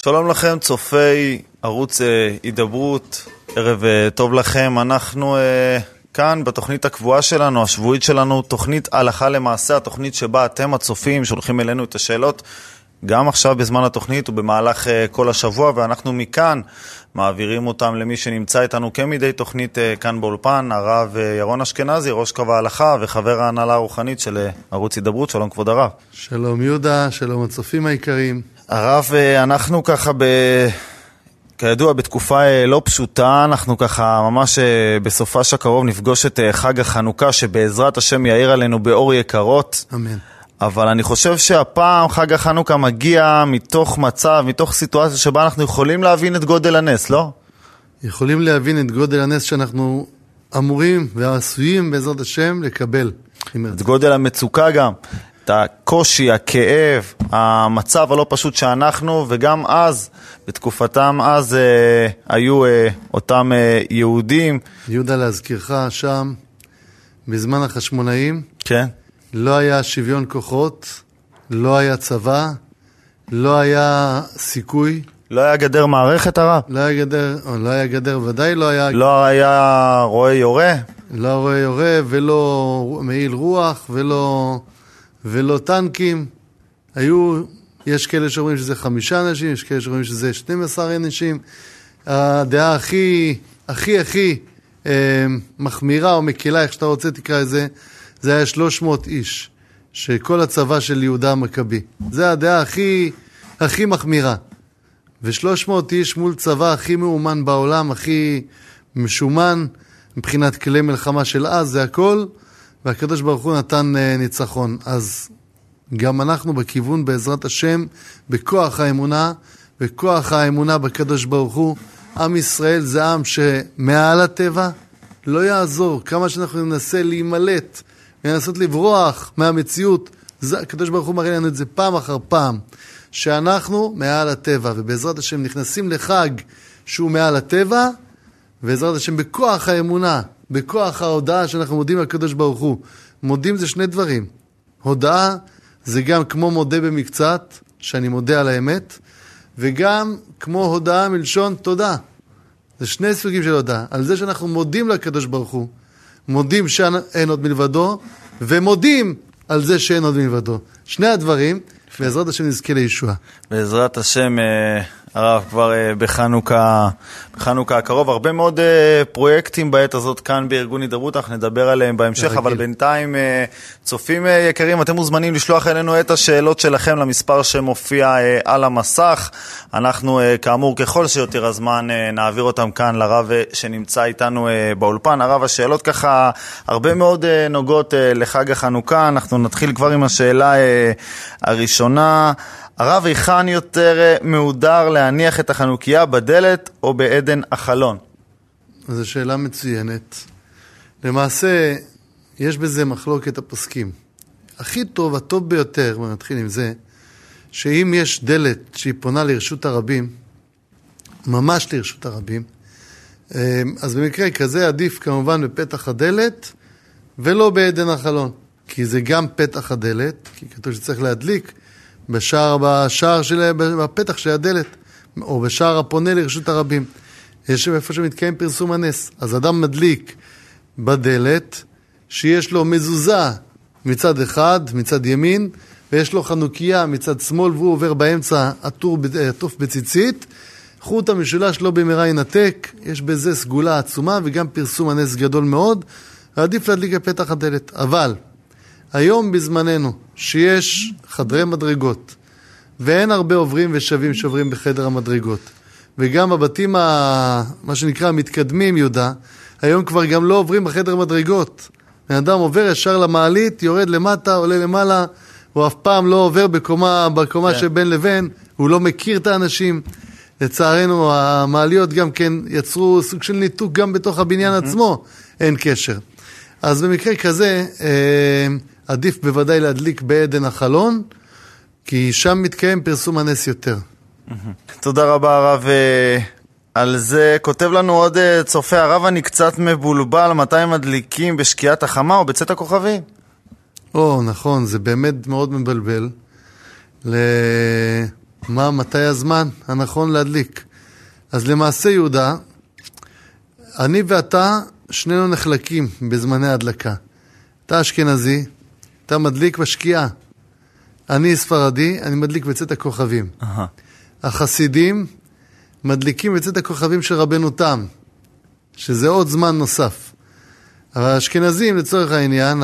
שלום לכם, צופי ערוץ הידברות, ערב טוב לכם. אנחנו כאן בתוכנית הקבועה שלנו, השבועית שלנו, תוכנית הלכה למעשה, התוכנית שבה אתם הצופים שולחים אלינו את השאלות, גם עכשיו בזמן התוכנית ובמהלך כל השבוע, ואנחנו מכאן מעבירים אותם למי שנמצא איתנו כמדי תוכנית כאן באולפן, הרב ירון אשכנזי, ראש קו ההלכה וחבר ההנהלה הרוחנית של ערוץ הידברות. שלום כבוד הרב. שלום יהודה, שלום הצופים היקרים. הרב, אנחנו ככה כידוע בתקופה לא פשוטה, אנחנו ככה ממש בסופה הקרוב נפגוש את חג החנוכה שבעזרת השם יאיר עלינו באור יקרות. אמן. אבל אני חושב שהפעם חג החנוכה מגיע מתוך מצב, מתוך סיטואציה שבה אנחנו יכולים להבין את גודל הנס, לא? יכולים להבין את גודל הנס שאנחנו אמורים ועשויים בעזרת השם לקבל. את גודל המצוקה גם, את הקושי, הכאב, המצב הלא פשוט שאנחנו, וגם אז, בתקופתם אז היו אותם יהודים. יהודה, להזכירך שם, בזמן החשמונאים, כן. לא היה שוויון כוחות, לא היה צבא, לא היה סיכוי. לא היה גדר מערכת הרב? לא היה גדר, ודאי לא היה. לא היה רואה יורה? לא רואה יורה, ולא מעיל רוח, ולא טנקים. יש כאלה שאומרים שזה 5 אנשים, יש כאלה שאומרים שזה 12 אנשים. הדעה הכי מחמירה או מקילה, איך שאתה רוצה תקרא את זה, זה היה 300 איש, שכל הצבא של יהודה המכבי. זה הדעה הכי מחמירה. ו300 איש מול צבא הכי מאומן בעולם, הכי משומן, מבחינת כלי מלחמה של אז, זה הכל, והקדוש ברוך הוא נתן ניצחון. אז גם אנחנו בכיוון בעזרת השם, בכוח האמונה בקדוש ברוך הוא. עם ישראל זה עם שמעל הטבע, לא יעזור, כמה שאנחנו ננסה להימלט, ולנסות לברוח מהמציאות, הקדוש ברוך הוא מראה לנו את זה פעם אחר פעם, שאנחנו מעל הטבע, ובעזרת השם נכנסים לחג שהוא מעל הטבע, ובעזרת השם בכוח האמונה, בכוח ההודעה שאנחנו מודים לקדוש ברוך הוא. מודים זה 2 דברים. הודעה זה גם כמו מודה במקצת, שאני מודה על האמת, וגם כמו הודעה מלשון תודה. זה 2 סוגים של הודעה. על זה שאנחנו מודים לקדוש ברוך הוא, מודים שאין עוד מלבדו, ומודים על זה שאין עוד מלבדו. 2 הדברים, בעזרת השם נזכה לישועה. בעזרת השם, הרב, כבר בחנוכה הקרוב, הרבה מאוד פרויקטים בעת הזאת כאן בארגון הידברות, אנחנו נדבר עליהם בהמשך, אבל בינתיים, צופים יקרים, אתם מוזמנים לשלוח אלינו את השאלות שלכם למספר שמופיע על המסך. אנחנו כאמור ככל שיותר הזמן נעביר אותם כאן לרב שנמצא איתנו באולפן. הרב, השאלות ככה הרבה מאוד נוגעות לחג החנוכה. אנחנו נתחיל כבר עם השאלה הראשונה. הרב, היכן יותר מהודר להניח את החנוכיה, בדלת או בעדן החלון? זו שאלה מצוינת. למעשה, יש בזה מחלוקת הפוסקים. הכי טוב, הטוב ביותר, ונתחיל עם זה, שאם יש דלת שהיא פונה לרשות הרבים, ממש לרשות הרבים, אז במקרה כזה עדיף כמובן בפתח הדלת, ולא בעדן החלון. כי זה גם פתח הדלת, כי כתוב שצריך להדליק, בפתח של הדלת, או בשער הפונה לרשות הרבים. יש איפה שמתקיים פרסום הנס. אז אדם מדליק בדלת, שיש לו מזוזה מצד אחד, מצד ימין, ויש לו חנוכיה מצד שמאל, והוא עובר באמצע עטוף בציצית, חוט המשולש לא במהרה ינתק, יש בזה סגולה עצומה, וגם פרסום הנס גדול מאוד, ועדיף להדליק בפתח הדלת. אבל היום בזמננו, שיש חדרי מדרגות, ואין הרבה עוברים ושבים שעוברים בחדר המדרגות, וגם הבתים, מה שנקרא, מתקדמים, יהודה, היום כבר גם לא עוברים בחדר מדרגות. האדם עובר ישר למעלית, יורד למטה, עולה למעלה, הוא אף פעם לא עובר בקומה שבין לבין, הוא לא מכיר את האנשים. לצערנו, המעליות גם כן יצרו סוג של ניתוק גם בתוך הבניין עצמו, אין קשר. אז במקרה כזה, עדיף בוודאי להדליק בעדן החלון, כי שם מתקיים פרסום הנס יותר. תודה רבה הרב על זה. כותב לנו עוד צופה, הרב, אני קצת מבולבל, מתי מדליקים בשקיעת החמה או בצאת הכוכבים? נכון, זה באמת מאוד מבלבל. מתי הזמן הנכון להדליק. אז למעשה יהודה, אני ואתה שנינו נחלקים בזמני ההדלקה. אתה אשכנזי, אתה מדליק בשקיעה. אני ספרדי, אני מדליק בצאת הכוכבים. החסידים מדליקים בצאת הכוכבים של רבנו תם, שזה עוד זמן נוסף. אבל האשכנזים, לצורך העניין,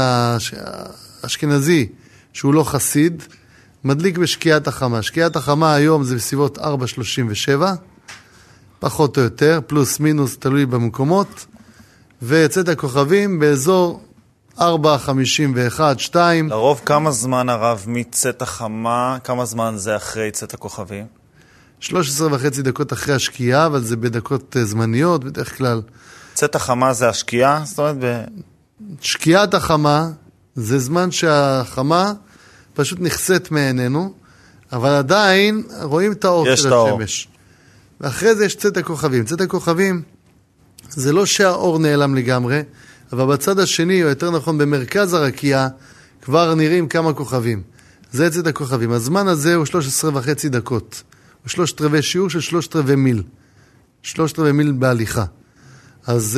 האשכנזי שהוא לא חסיד, מדליק בשקיעת החמה. שקיעת החמה היום זה בסביבות 4:37, פחות או יותר, פלוס מינוס, תלוי במקומות, ויצאת הכוכבים באזור 4:51, 2. לרוב כמה זמן הרב מצאת החמה, כמה זמן זה אחרי צאת הכוכבים? 13.5 דקות אחרי השקיעה, אבל זה בדקות זמניות, בדרך כלל. צאת החמה זה השקיעה? זאת אומרת שקיעת החמה זה זמן שהחמה פשוט נחסית מעינינו, אבל עדיין רואים את האור של השמש. ואחרי זה יש צאת הכוכבים. צאת הכוכבים זה לא שהאור נעלם לגמרי, אבל בצד השני, או יותר נכון במרכז הרקיעה, כבר נראים כמה כוכבים. זה צאת הכוכבים. הזמן הזה הוא 13.5 דקות. הוא 3/4 שיעור של 3/4 מיל. 3/4 מיל בהליכה. אז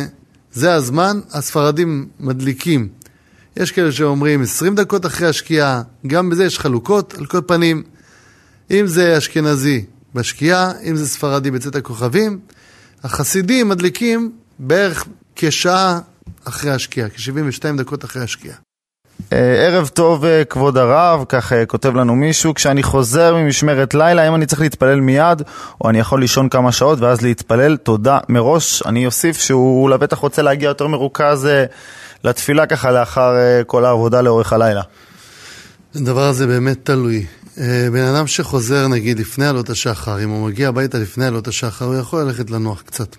זה הזמן. הספרדים מדליקים. יש כאלה שאומרים 20 דקות אחרי השקיעה. גם בזה יש חלוקות על כל פנים. אם זה אשכנזי בשקיעה, אם זה ספרדי בצאת הכוכבים, החסידים מדליקים בערך כשעה אחרי השקיעה, כ-72 דקות אחרי השקיעה. ערב טוב כבוד הרב, כך כותב לנו מישהו, כשאני חוזר ממשמרת לילה, האם אני צריך להתפלל מיד, או אני יכול לישון כמה שעות ואז להתפלל? תודה מראש. אני אוסיף שהוא לבטח רוצה להגיע יותר מרוכז לתפילה ככה לאחר כל העבודה לאורך הלילה. הדבר הזה באמת תלוי. בן אדם שחוזר נגיד לפני עלות השחר, אם הוא מגיע הביתה לפני עלות השחר, הוא יכול ללכת לנוח קצת.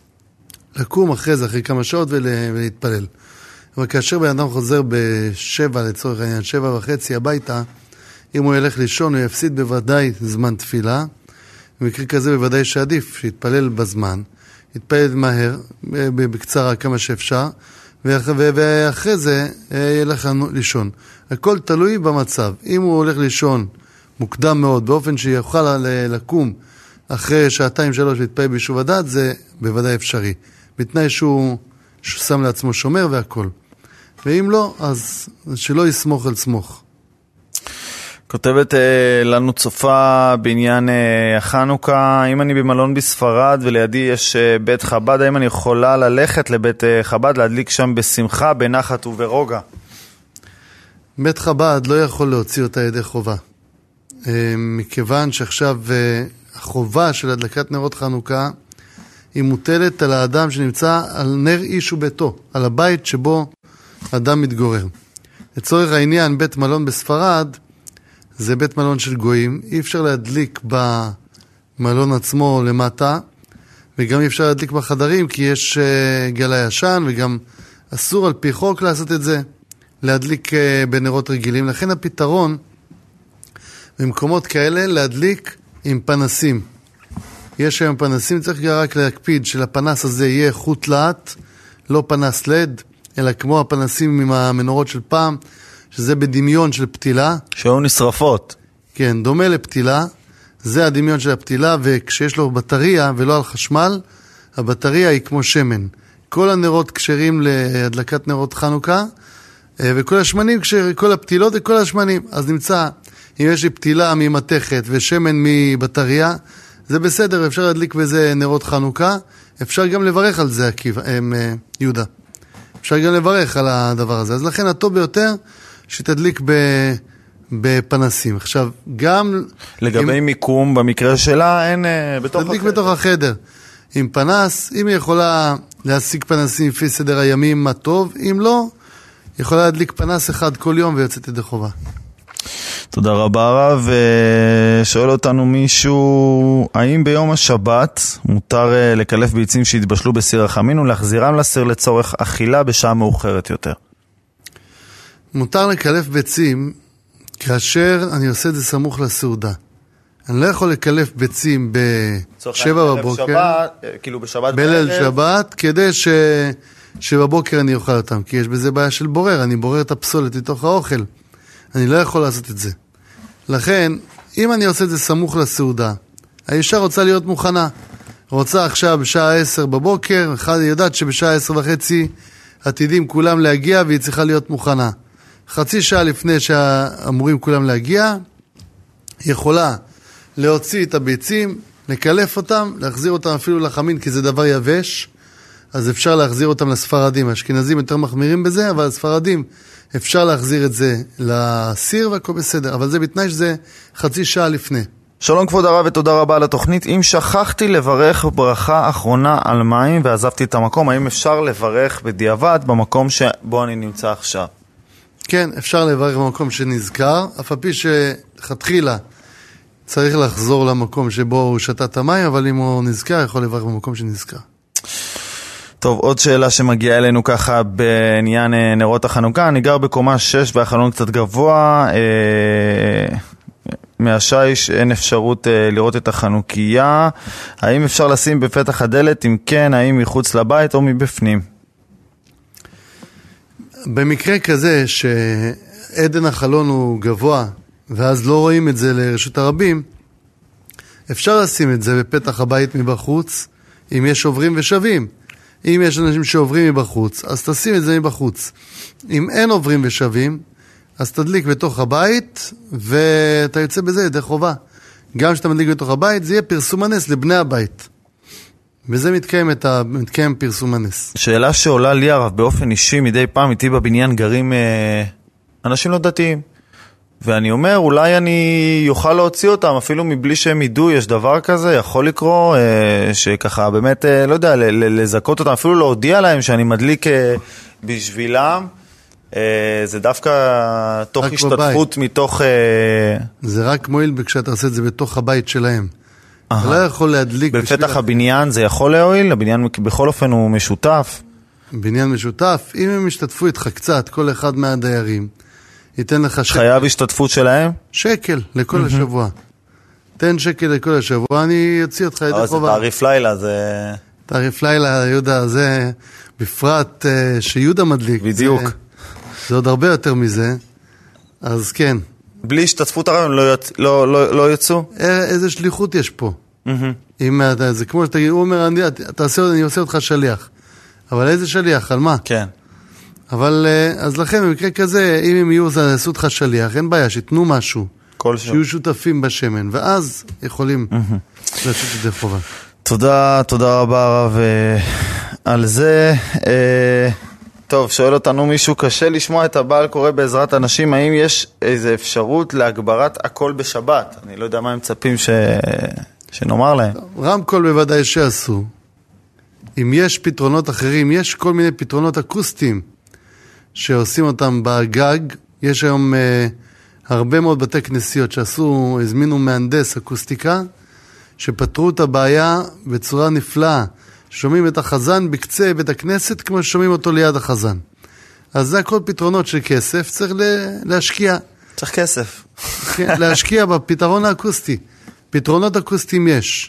לקום אחרי זה, אחרי כמה שעות ולהתפלל. אבל כאשר בן אדם חוזר ב7 לצורך העניין, 7:30 הביתה, אם הוא ילך לישון, הוא יפסיד בוודאי זמן תפילה. במקרה כזה בוודאי שעדיף שיתפלל בזמן, יתפלל מהר, בקצרה כמה שאפשר, ואחרי זה ילך לישון. הכל תלוי במצב. אם הוא הולך לישון מוקדם מאוד, באופן שיוכל לקום אחרי 2-3 להתפלל בישוב הדעת, זה בוודאי אפשרי. בתנאי שהוא שם לעצמו שומר והכל. ואם לא, אז שלא יסמוך על סמוך. כותבת לנו צופה בעניין החנוכה, אם אני במלון בספרד ולידי יש בית חב"ד, האם אני יכולה ללכת לבית חב"ד, להדליק שם בשמחה, בנחת וברוגע? בית חב"ד לא יכול להוציא אותה ידי חובה. מכיוון שעכשיו החובה של הדלקת נרות חנוכה היא מוטלת על האדם שנמצא על נר איש וביתו, על הבית שבו האדם מתגורר. לצורך העניין, בית מלון בספרד זה בית מלון של גויים, אי אפשר להדליק במלון עצמו למטה, וגם אי אפשר להדליק בחדרים, כי יש גלה ישן, וגם אסור על פי חוק לעשות את זה, להדליק בנרות רגילים. לכן הפתרון במקומות כאלה להדליק עם פנסים. יש היום פנסים, צריך רק להקפיד שלפנס הזה יהיה חוט לאט, לא פנס לד, אלא כמו הפנסים עם המנורות של פעם, שזה בדמיון של פתילה. שהיו נשרפות. כן, דומה לפתילה, זה הדמיון של הפתילה, וכשיש לו בטריה ולא על חשמל, הבטריה היא כמו שמן. כל הנרות כשרים להדלקת נרות חנוכה, וכל השמנים, כל הפתילות וכל השמנים. אז נמצא, אם יש לי פתילה ממתכת ושמן מבטריה, זה בסדר, אפשר להדליק בזה נרות חנוכה, אפשר גם לברך על זה, יהודה. אפשר גם לברך על הדבר הזה. אז לכן הטוב ביותר שתדליק בפנסים. עכשיו, גם... לגבי מיקום, במקרה שלה, אין בתוך החדר. תדליק בתוך החדר. עם פנס, אם היא יכולה להשיג פנסים לפי סדר הימים, מה טוב. אם לא, היא יכולה להדליק פנס אחד כל יום ויוצאת ידי חובה. תודה רבה רב. שואל אותנו מישהו, האם ביום השבת מותר לקלף ביצים שהתבשלו בסיר החמין ולהחזירם לסיר לצורך אכילה בשעה מאוחרת יותר? מותר לקלף ביצים כאשר אני עושה את זה סמוך לסעודה. אני לא יכול לקלף ביצים ב-7 בבוקר, כאילו בשבת בליל שבת, כדי שבבוקר אני אוכל אותם, כי יש בזה בעיה של בורר, אני בורר את הפסולת לתוך האוכל. אני לא יכול לעשות את זה. לכן, אם אני עושה את זה סמוך לסעודה, האישה רוצה להיות מוכנה. רוצה עכשיו בשעה 10 בבוקר, אחד יודעת שבשעה 10:30 עתידים כולם להגיע והיא צריכה להיות מוכנה. חצי שעה לפני שאמורים כולם להגיע, היא יכולה להוציא את הביצים, לקלף אותם, להחזיר אותם אפילו לחמין, כי זה דבר יבש, אז אפשר להחזיר אותם לספרדים. האשכנזים יותר מחמירים בזה, אבל הספרדים אפשר להחזיר את זה לסיר והכל בסדר, אבל זה בתנאי שזה חצי שעה לפני. שלום כבוד הרב ותודה רבה על התוכנית. אם שכחתי לברך ברכה אחרונה על מים ועזבתי את המקום, האם אפשר לברך בדיעבד במקום שבו אני נמצא עכשיו? כן, אפשר לברך במקום שנזכר, אף על פי שתחילה צריך לחזור למקום שבו הוא שתה את המים, אבל אם הוא נזכר, יכול לברך במקום שנזכר. טוב, עוד שאלה שמגיעה אלינו ככה בעניין נרות החנוכה. אני גר בקומה 6 והחלון קצת גבוה, מהשיש אין אפשרות לראות את החנוכיה. האם אפשר לשים בפתח הדלת? אם כן, האם מחוץ לבית או מבפנים? במקרה כזה שעדן החלון הוא גבוה, ואז לא רואים את זה לרשות הרבים, אפשר לשים את זה בפתח הבית מבחוץ, אם יש עוברים ושבים. אם יש אנשים שעוברים מבחוץ, אז תשים את זה מבחוץ. אם אין עוברים ושבים, אז תדליק בתוך הבית, ואתה יוצא בזה ידי חובה. גם שאתה מדליק בתוך הבית, זה יהיה פרסום הנס לבני הבית. וזה מתקיים פרסום הנס. שאלה שעולה לי הרב באופן אישי, מדי פעם איתי בבניין גרים אנשים לא דתיים. ואני אומר, אולי אני יוכל להוציא אותם, אפילו מבלי שהם ידעו, יש דבר כזה, יכול לקרוא, שככה באמת, לא יודע, לזכות אותם, אפילו להודיע להם שאני מדליק בשבילם, זה דווקא תוך השתתפות מתוך... זה רק מועיל כשאתה עושה את זה בתוך הבית שלהם. אתה לא יכול להדליק... בפתח הבניין זה יכול להועיל? הבניין בכל אופן הוא משותף? בניין משותף, אם הם ישתתפו איתך קצת, כל אחד מהדיירים, ייתן לך שקל. חייב השתתפות שלהם? שקל לכל השבוע. תן שקל לכל השבוע, אני אוציא אותך ידי חובה. זה תעריף לילה, זה... תעריף לילה, יהודה, זה בפרט שיהודה מדליק. בדיוק. זה עוד הרבה יותר מזה, אז כן. בלי השתתפות הרב לא יצאו? איזה שליחות יש פה. זה כמו שתגיד, הוא אומר, אני עושה אותך שליח. אבל איזה שליח? על מה? כן. אבל אז לכן במקרה כזה, אם הם יהיו לעשו אותך שליח, אין בעיה, שיתנו משהו, שיהיו שותפים בשמן, ואז יכולים לעשות את זה חובה. תודה רבה הרב על זה. טוב, שואל אותנו מישהו, קשה לשמוע את הבעל קורא בעזרת אנשים, האם יש איזו אפשרות להגברת הכל בשבת? אני לא יודע מה הם מצפים שנאמר להם. רמקול בוודאי שעשו. אם יש פתרונות אחרים, יש כל מיני פתרונות אקוסטיים שעושים אותם בגג. יש היום הרבה מאוד בתי כנסיות הזמינו מהנדס אקוסטיקה, שפתרו את הבעיה בצורה נפלאה. שומעים את החזן בקצה בית הכנסת כמו ששומעים אותו ליד החזן. אז זה הכל פתרונות של כסף, צריך להשקיע. צריך כסף. כן, להשקיע בפתרון האקוסטי. פתרונות אקוסטיים יש.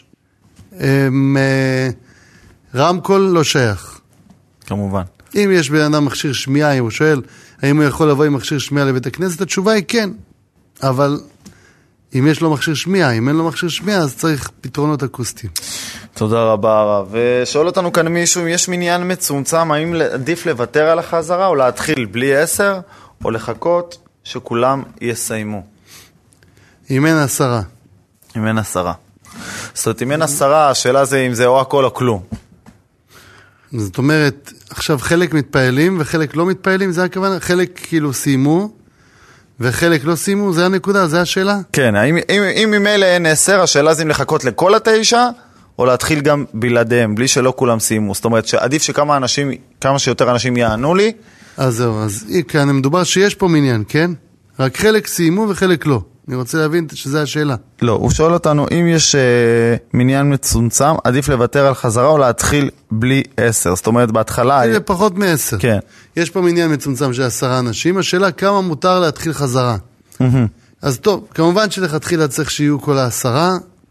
רמקול לא שייך. כמובן. אם יש בן אדם מכשיר שמיעה, אם הוא שואל, האם הוא יכול לבוא עם מכשיר שמיעה לבית הכנסת, התשובה היא כן. אבל אם יש לו מכשיר שמיעה, אם אין לו מכשיר שמיעה, אז צריך פתרונות אקוסטיים. תודה רבה הרב. ושואל אותנו כאן מישהו, אם יש מניין מצומצם, האם עדיף לוותר על החזרה, או להתחיל בלי 10, או לחכות שכולם יסיימו? אם אין 10. אם אין 10. זאת אומרת, אם אין 10, השאלה זה אם זה או הכל או כלום. זאת אומרת, עכשיו חלק מתפעלים וחלק לא מתפעלים, זה הכוונה, חלק כאילו סיימו, וחלק לא סיימו, זה הנקודה, זה השאלה. כן, אם ממילא אין 10, השאלה זה אם לחכות לכל 9, או להתחיל גם בלעדיהם, בלי שלא כולם סיימו. זאת אומרת, שעדיף כמה שיותר אנשים יענו לי. אז זהו, אז כאן מדובר שיש פה מניין, כן? רק חלק סיימו וחלק לא. אני רוצה להבין שזה השאלה. לא, הוא שואל אותנו, אם יש מניין מצומצם, עדיף לוותר על חזרה או להתחיל בלי 10. זאת אומרת, בהתחלה... זה פחות מ10. כן. יש פה מניין מצומצם של 10 אנשים, השאלה כמה מותר להתחיל חזרה. אז טוב, כמובן שלכתחילה צריך שיהיו כל 10,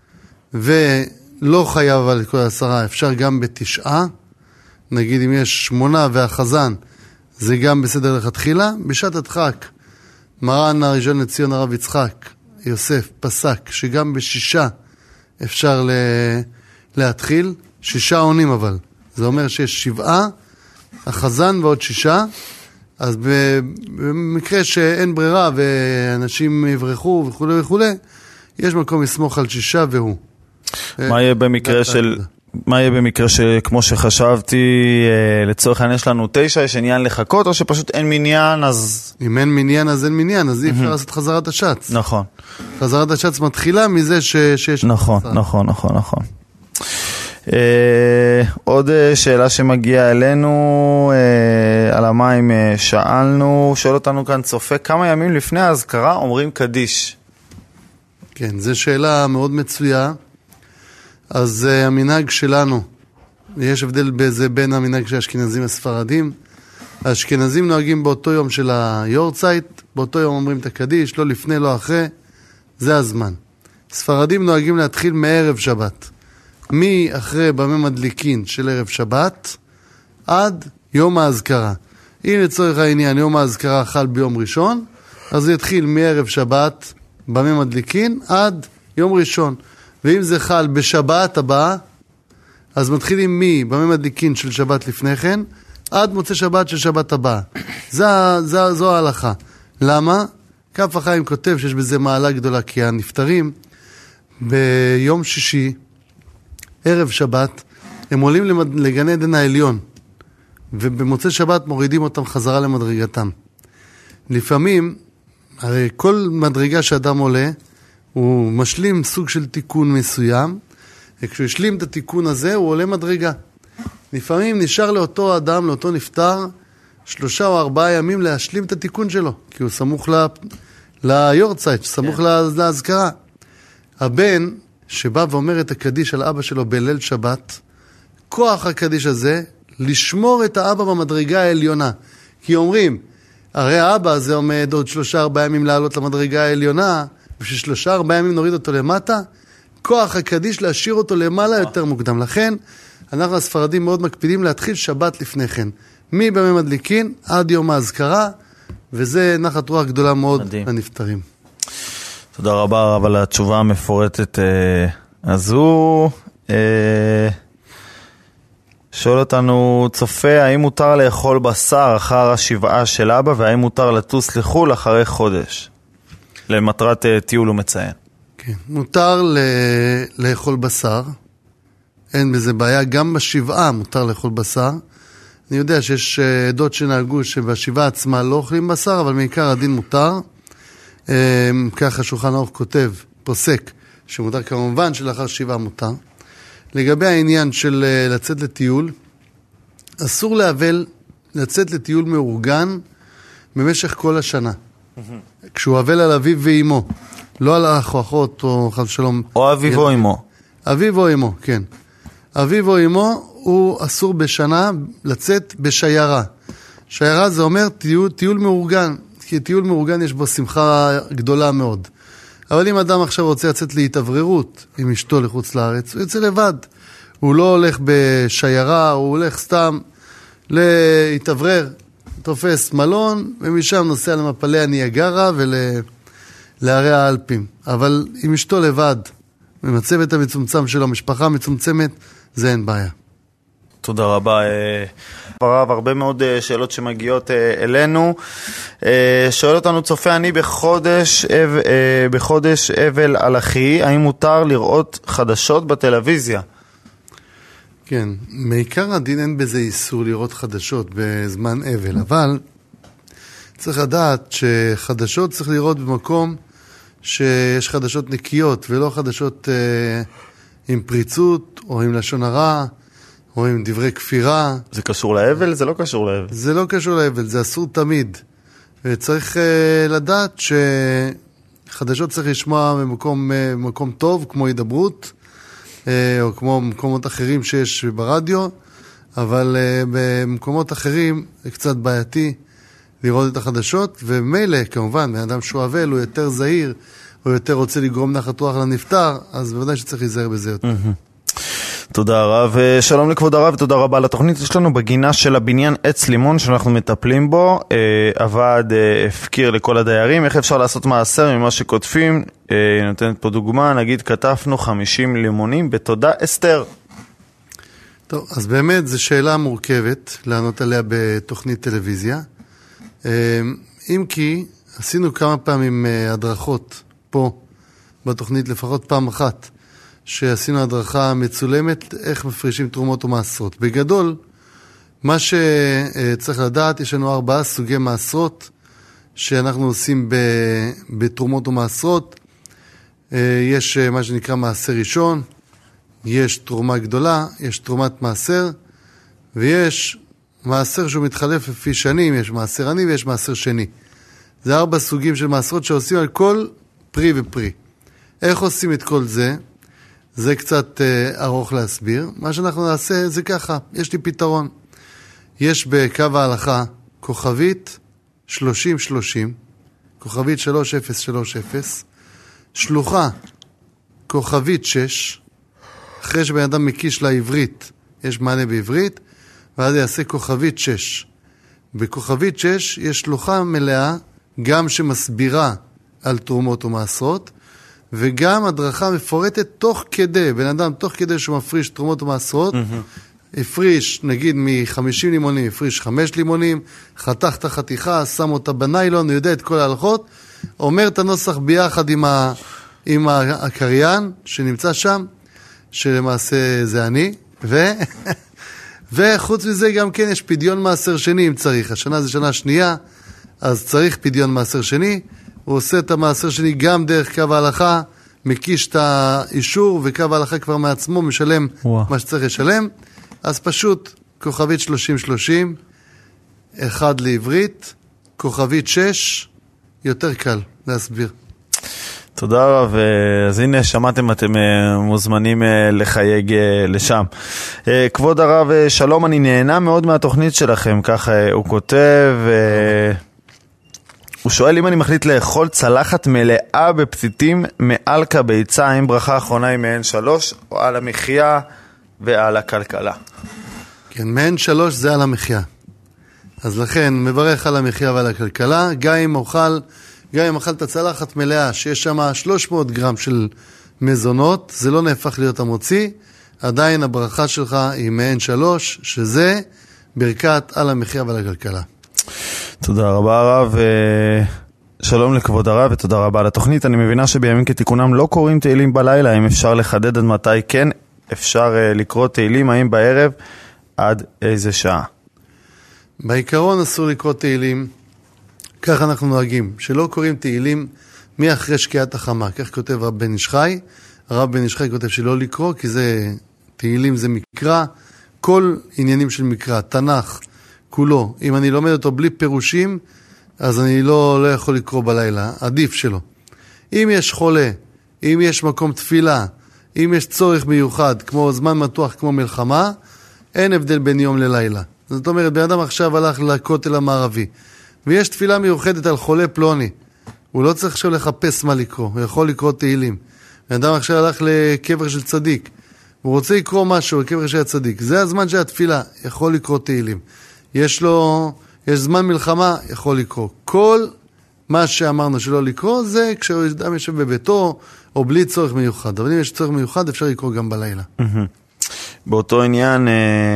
ולא חייב על כל 10, אפשר גם ב9. נגיד אם יש 8 והחזן, זה גם בסדר לכתחילה. בשעת הדחק, מרן הראשון לציון הרב יצחק יוסף פסק שגם בשישה אפשר להתחיל, 6 עונים אבל. זה אומר שיש 7, החזן ועוד 6, אז במקרה שאין ברירה ואנשים יברחו וכו' וכו', יש מקום לסמוך על 6 והוא. מה יהיה במקרה שכמו שחשבתי, לצורך העניין יש לנו 9, יש עניין לחכות, או שפשוט אין מניין, אז... אם אין מניין, אז אין מניין, אז אי אפשר לעשות חזרת השץ. נכון. חזרת השץ מתחילה מזה שיש... נכון. עוד שאלה שמגיעה אלינו, על המים שאלנו, שואל אותנו כאן צופה, כמה ימים לפני ההזכרה אומרים קדיש? כן, זו שאלה מאוד מצויה. אז המנהג שלנו, יש הבדל בזה בין המנהג של האשכנזים הספרדים. האשכנזים נוהגים באותו יום של היורצייט, באותו יום אומרים את הקדיש, לא לפני, לא אחרי, זה הזמן. ספרדים נוהגים להתחיל מערב שבת. מאחרי במה מדליקין של ערב שבת עד יום ההזכרה. אם לצורך העניין יום ההזכרה חל ביום ראשון, אז זה יתחיל מערב שבת במה מדליקין עד יום ראשון. ואם זה חל בשבת הבאה, אז מתחילים במה מדליקין של שבת לפני כן עד מוצא שבת של שבת הבאה. זו ההלכה. למה? כף החיים כותב שיש בזה מעלה גדולה, כי הנפטרים ביום שישי ערב שבת, הם עולים לגן עדן העליון, ובמוצא שבת מורידים אותם חזרה למדרגתם. לפעמים, הרי כל מדרגה שאדם עולה, הוא משלים סוג של תיקון מסוים, וכשהוא השלים את התיקון הזה, הוא עולה מדרגה. לפעמים נשאר לאותו אדם, לאותו נפטר, 3 או 4 ימים להשלים את התיקון שלו, כי הוא סמוך ליורצייט, סמוך להזכרה. הבן שבא ואומר את הקדיש על אבא שלו בליל שבת, כוח הקדיש הזה, לשמור את האבא במדרגה העליונה. כי אומרים, הרי האבא הזה עומד עוד 3-4 ימים לעלות למדרגה העליונה, בשביל 3-4 ימים נוריד אותו למטה, כוח הקדיש להשאיר אותו למעלה יותר מוקדם. לכן, אנחנו הספרדים מאוד מקפידים להתחיל שבת לפני כן. מבמה מדליקין עד יום ההזכרה, וזה נחת רוח גדולה מאוד לנפטרים. תודה רבה רב על התשובה המפורטת הזו. שואל אותנו צופה, האם מותר לאכול בשר אחר השבעה של אבא, והאם מותר לטוס לחול אחרי חודש? למטרת טיול ומציין. כן, מותר לאכול בשר. אין בזה בעיה, גם בשבעה מותר לאכול בשר. אני יודע שיש עדות שנהגו שבשבעה עצמה לא אוכלים בשר, אבל מעיקר הדין מותר. ככה שולחן ערוך כותב, פוסק, שמותר כמובן שלאחר שבעה מותר. לגבי העניין של לצאת לטיול, אסור לצאת לטיול מאורגן במשך כל השנה. כשהוא אבל על אביו ואימו, לא על אח או אחות או חס ושלום. או אביו או אימו. אביו או אימו, כן. אביו או אימו הוא אסור בשנה לצאת בשיירה. שיירה זה אומר טיול מאורגן. כי טיול מאורגן יש בו שמחה גדולה מאוד. אבל אם אדם עכשיו רוצה לצאת להתאווררות עם אשתו לחוץ לארץ, הוא יוצא לבד. הוא לא הולך בשיירה, הוא הולך סתם להתאוורר, תופס מלון, ומשם נוסע למפלי הניאגרה ולערי האלפים. אבל עם אשתו לבד, עם הצוות המצומצם שלו, משפחה מצומצמת, זה אין בעיה. תודה רבה. ברב, הרבה מאוד שאלות שמגיעות אלינו. שואל אותנו צופה, אני בחודש אבל על אחי, האם מותר לראות חדשות בטלוויזיה? כן, מעיקר הדין אין בזה איסור לראות חדשות בזמן אבל, אבל צריך לדעת שחדשות צריך לראות במקום שיש חדשות נקיות, ולא חדשות עם פריצות או עם לשון הרע, או עם דברי כפירה. זה קשור לאבל? זה לא קשור לאבל. זה לא קשור לאבל, זה אסור תמיד. וצריך לדעת שחדשות צריך לשמוע במקום טוב, כמו הידברות, או כמו מקומות אחרים שיש ברדיו, אבל במקומות אחרים זה קצת בעייתי לראות את החדשות, ומילא, כמובן, באדם שהוא אבל, הוא יותר זהיר, הוא יותר רוצה לגרום נחת רוח לנפטר, אז בוודאי שצריך להיזהר בזה יותר. תודה רב, שלום לכבוד הרב ותודה רבה על התוכנית. יש לנו בגינה של הבניין עץ לימון שאנחנו מטפלים בו, הוועד הפקיר לכל הדיירים, איך אפשר לעשות מעשר ממה שכותבים, נותנת פה דוגמה, נגיד כתבנו 50 לימונים בתודה אסתר. טוב, אז באמת זו שאלה מורכבת לענות עליה בתוכנית טלוויזיה, אם כי עשינו כמה פעמים הדרכות פה בתוכנית, לפחות פעם אחת, שעשינו הדרכה מצולמת, איך מפרישים תרומות ומעשרות. בגדול, מה שצריך לדעת, יש לנו 4 סוגי מעשרות שאנחנו עושים בתרומות ומעשרות. יש מה שנקרא מעשר ראשון, יש תרומה גדולה, יש תרומת מעשר, ויש מעשר שהוא מתחלף לפי שנים, יש מעשר עני ויש מעשר שני. זה 4 סוגים של מעשרות שעושים על כל פרי ופרי. איך עושים את כל זה? זה קצת ארוך להסביר. מה שאנחנו נעשה זה ככה, יש לי פתרון. יש בקו ההלכה כוכבית 3030, כוכבית 3030, שלוחה כוכבית 6, אחרי שבן אדם מקיש לעברית, יש מענה בעברית, ואז יעשה כוכבית 6. בכוכבית 6 יש שלוחה מלאה, גם שמסבירה על תרומות ומעשרות, וגם הדרכה מפורטת תוך כדי, בן אדם תוך כדי שהוא מפריש תרומות ומעשרות, הפריש נגיד מ-50 לימונים, הפריש 5 לימונים, חתך את החתיכה, שם אותה בניילון, יודע את כל ההלכות, אומר את הנוסח ביחד עם הקריין שנמצא שם, שלמעשה זה אני, וחוץ מזה גם כן יש פדיון מעשר שני אם צריך, השנה זה שנה שנייה, אז צריך פדיון מעשר שני, הוא עושה את המעשר שני גם דרך קו ההלכה, מקיש את האישור, וקו ההלכה כבר מעצמו משלם מה שצריך לשלם, אז פשוט כוכבית 3030, 1 לעברית, כוכבית 6, יותר קל להסביר. תודה רב, אז הנה שמעתם, אתם מוזמנים לחייג לשם. כבוד הרב, שלום, אני נהנה מאוד מהתוכנית שלכם, ככה הוא כותב, הוא שואל אם אני מחליט לאכול צלחת מלאה בפתיתים מעל כביצה, עם ברכה אחרונה עם מעין 3, או על המחיה ועל הכלכלה. כן, מעין 3 זה על המחיה. אז לכן מברך על המחיה ועל הכלכלה, גם אם אכלת צלחת מלאה שיש שם 300 גרם של מזונות, זה לא נהפך להיות המוציא, עדיין הברכה שלך היא מעין 3, שזה ברכת על המחיה ועל הכלכלה. תודה רבה הרב, שלום לכבוד הרב ותודה רבה על התוכנית. אני מבינה שבימים כתיקונם לא קוראים תהילים בלילה, האם אפשר לחדד עד מתי כן אפשר לקרוא תהילים, האם בערב עד איזה שעה? בעיקרון אסור לקרוא תהילים, כך אנחנו נוהגים, שלא קוראים תהילים מאחרי שקיעת החמה, כך כותב רב בן איש חי. הרב בן איש חי כותב שלא לקרוא, כי זה, תהילים זה מקרא, כל עניינים של מקרא, תנ"ך, כולו, אם אני לומד אותו בלי פירושים, אז אני לא יכול לקרוא בלילה, עדיף שלא. אם יש חולה, אם יש מקום תפילה, אם יש צורך מיוחד, כמו זמן מתוח, כמו מלחמה, אין הבדל בין יום ללילה. זאת אומרת, בן אדם עכשיו הלך לכותל המערבי, ויש תפילה מיוחדת על חולה פלוני, הוא לא צריך עכשיו לחפש מה לקרוא, הוא יכול לקרוא תהילים. בן אדם עכשיו הלך לקבר של צדיק, הוא רוצה לקרוא משהו לקבר של הצדיק, זה הזמן של התפילה, יכול לקרוא תהילים. יש זמן מלחמה, יכול לקרוא. כל מה שאמרנו שלא לקרוא, זה כשאדם יושב בביתו, או בלי צורך מיוחד. אבל אם יש צורך מיוחד, אפשר לקרוא גם בלילה. באותו עניין,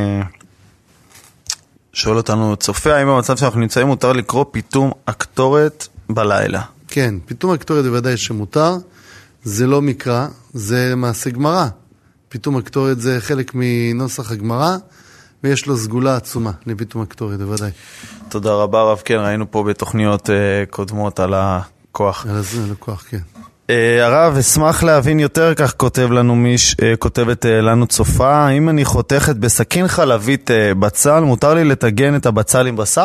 שואל אותנו צופה, האם במצב שאנחנו נמצאים מותר לקרוא פיתום הקטורת בלילה? כן, פיתום הקטורת בוודאי שמותר, זה לא מקרא, זה מעשה גמרא. פיתום הקטורת זה חלק מנוסח הגמרא, ויש לו סגולה עצומה לפיתום הקטורת, בוודאי. תודה רבה רב, כן, ראינו פה בתוכניות קודמות על הכוח. על הכוח, כן. הרב, אשמח להבין יותר, כך כותבת לנו צופה, האם אני חותכת בסכין חלבית בצל, מותר לי לטגן את הבצל עם בשר?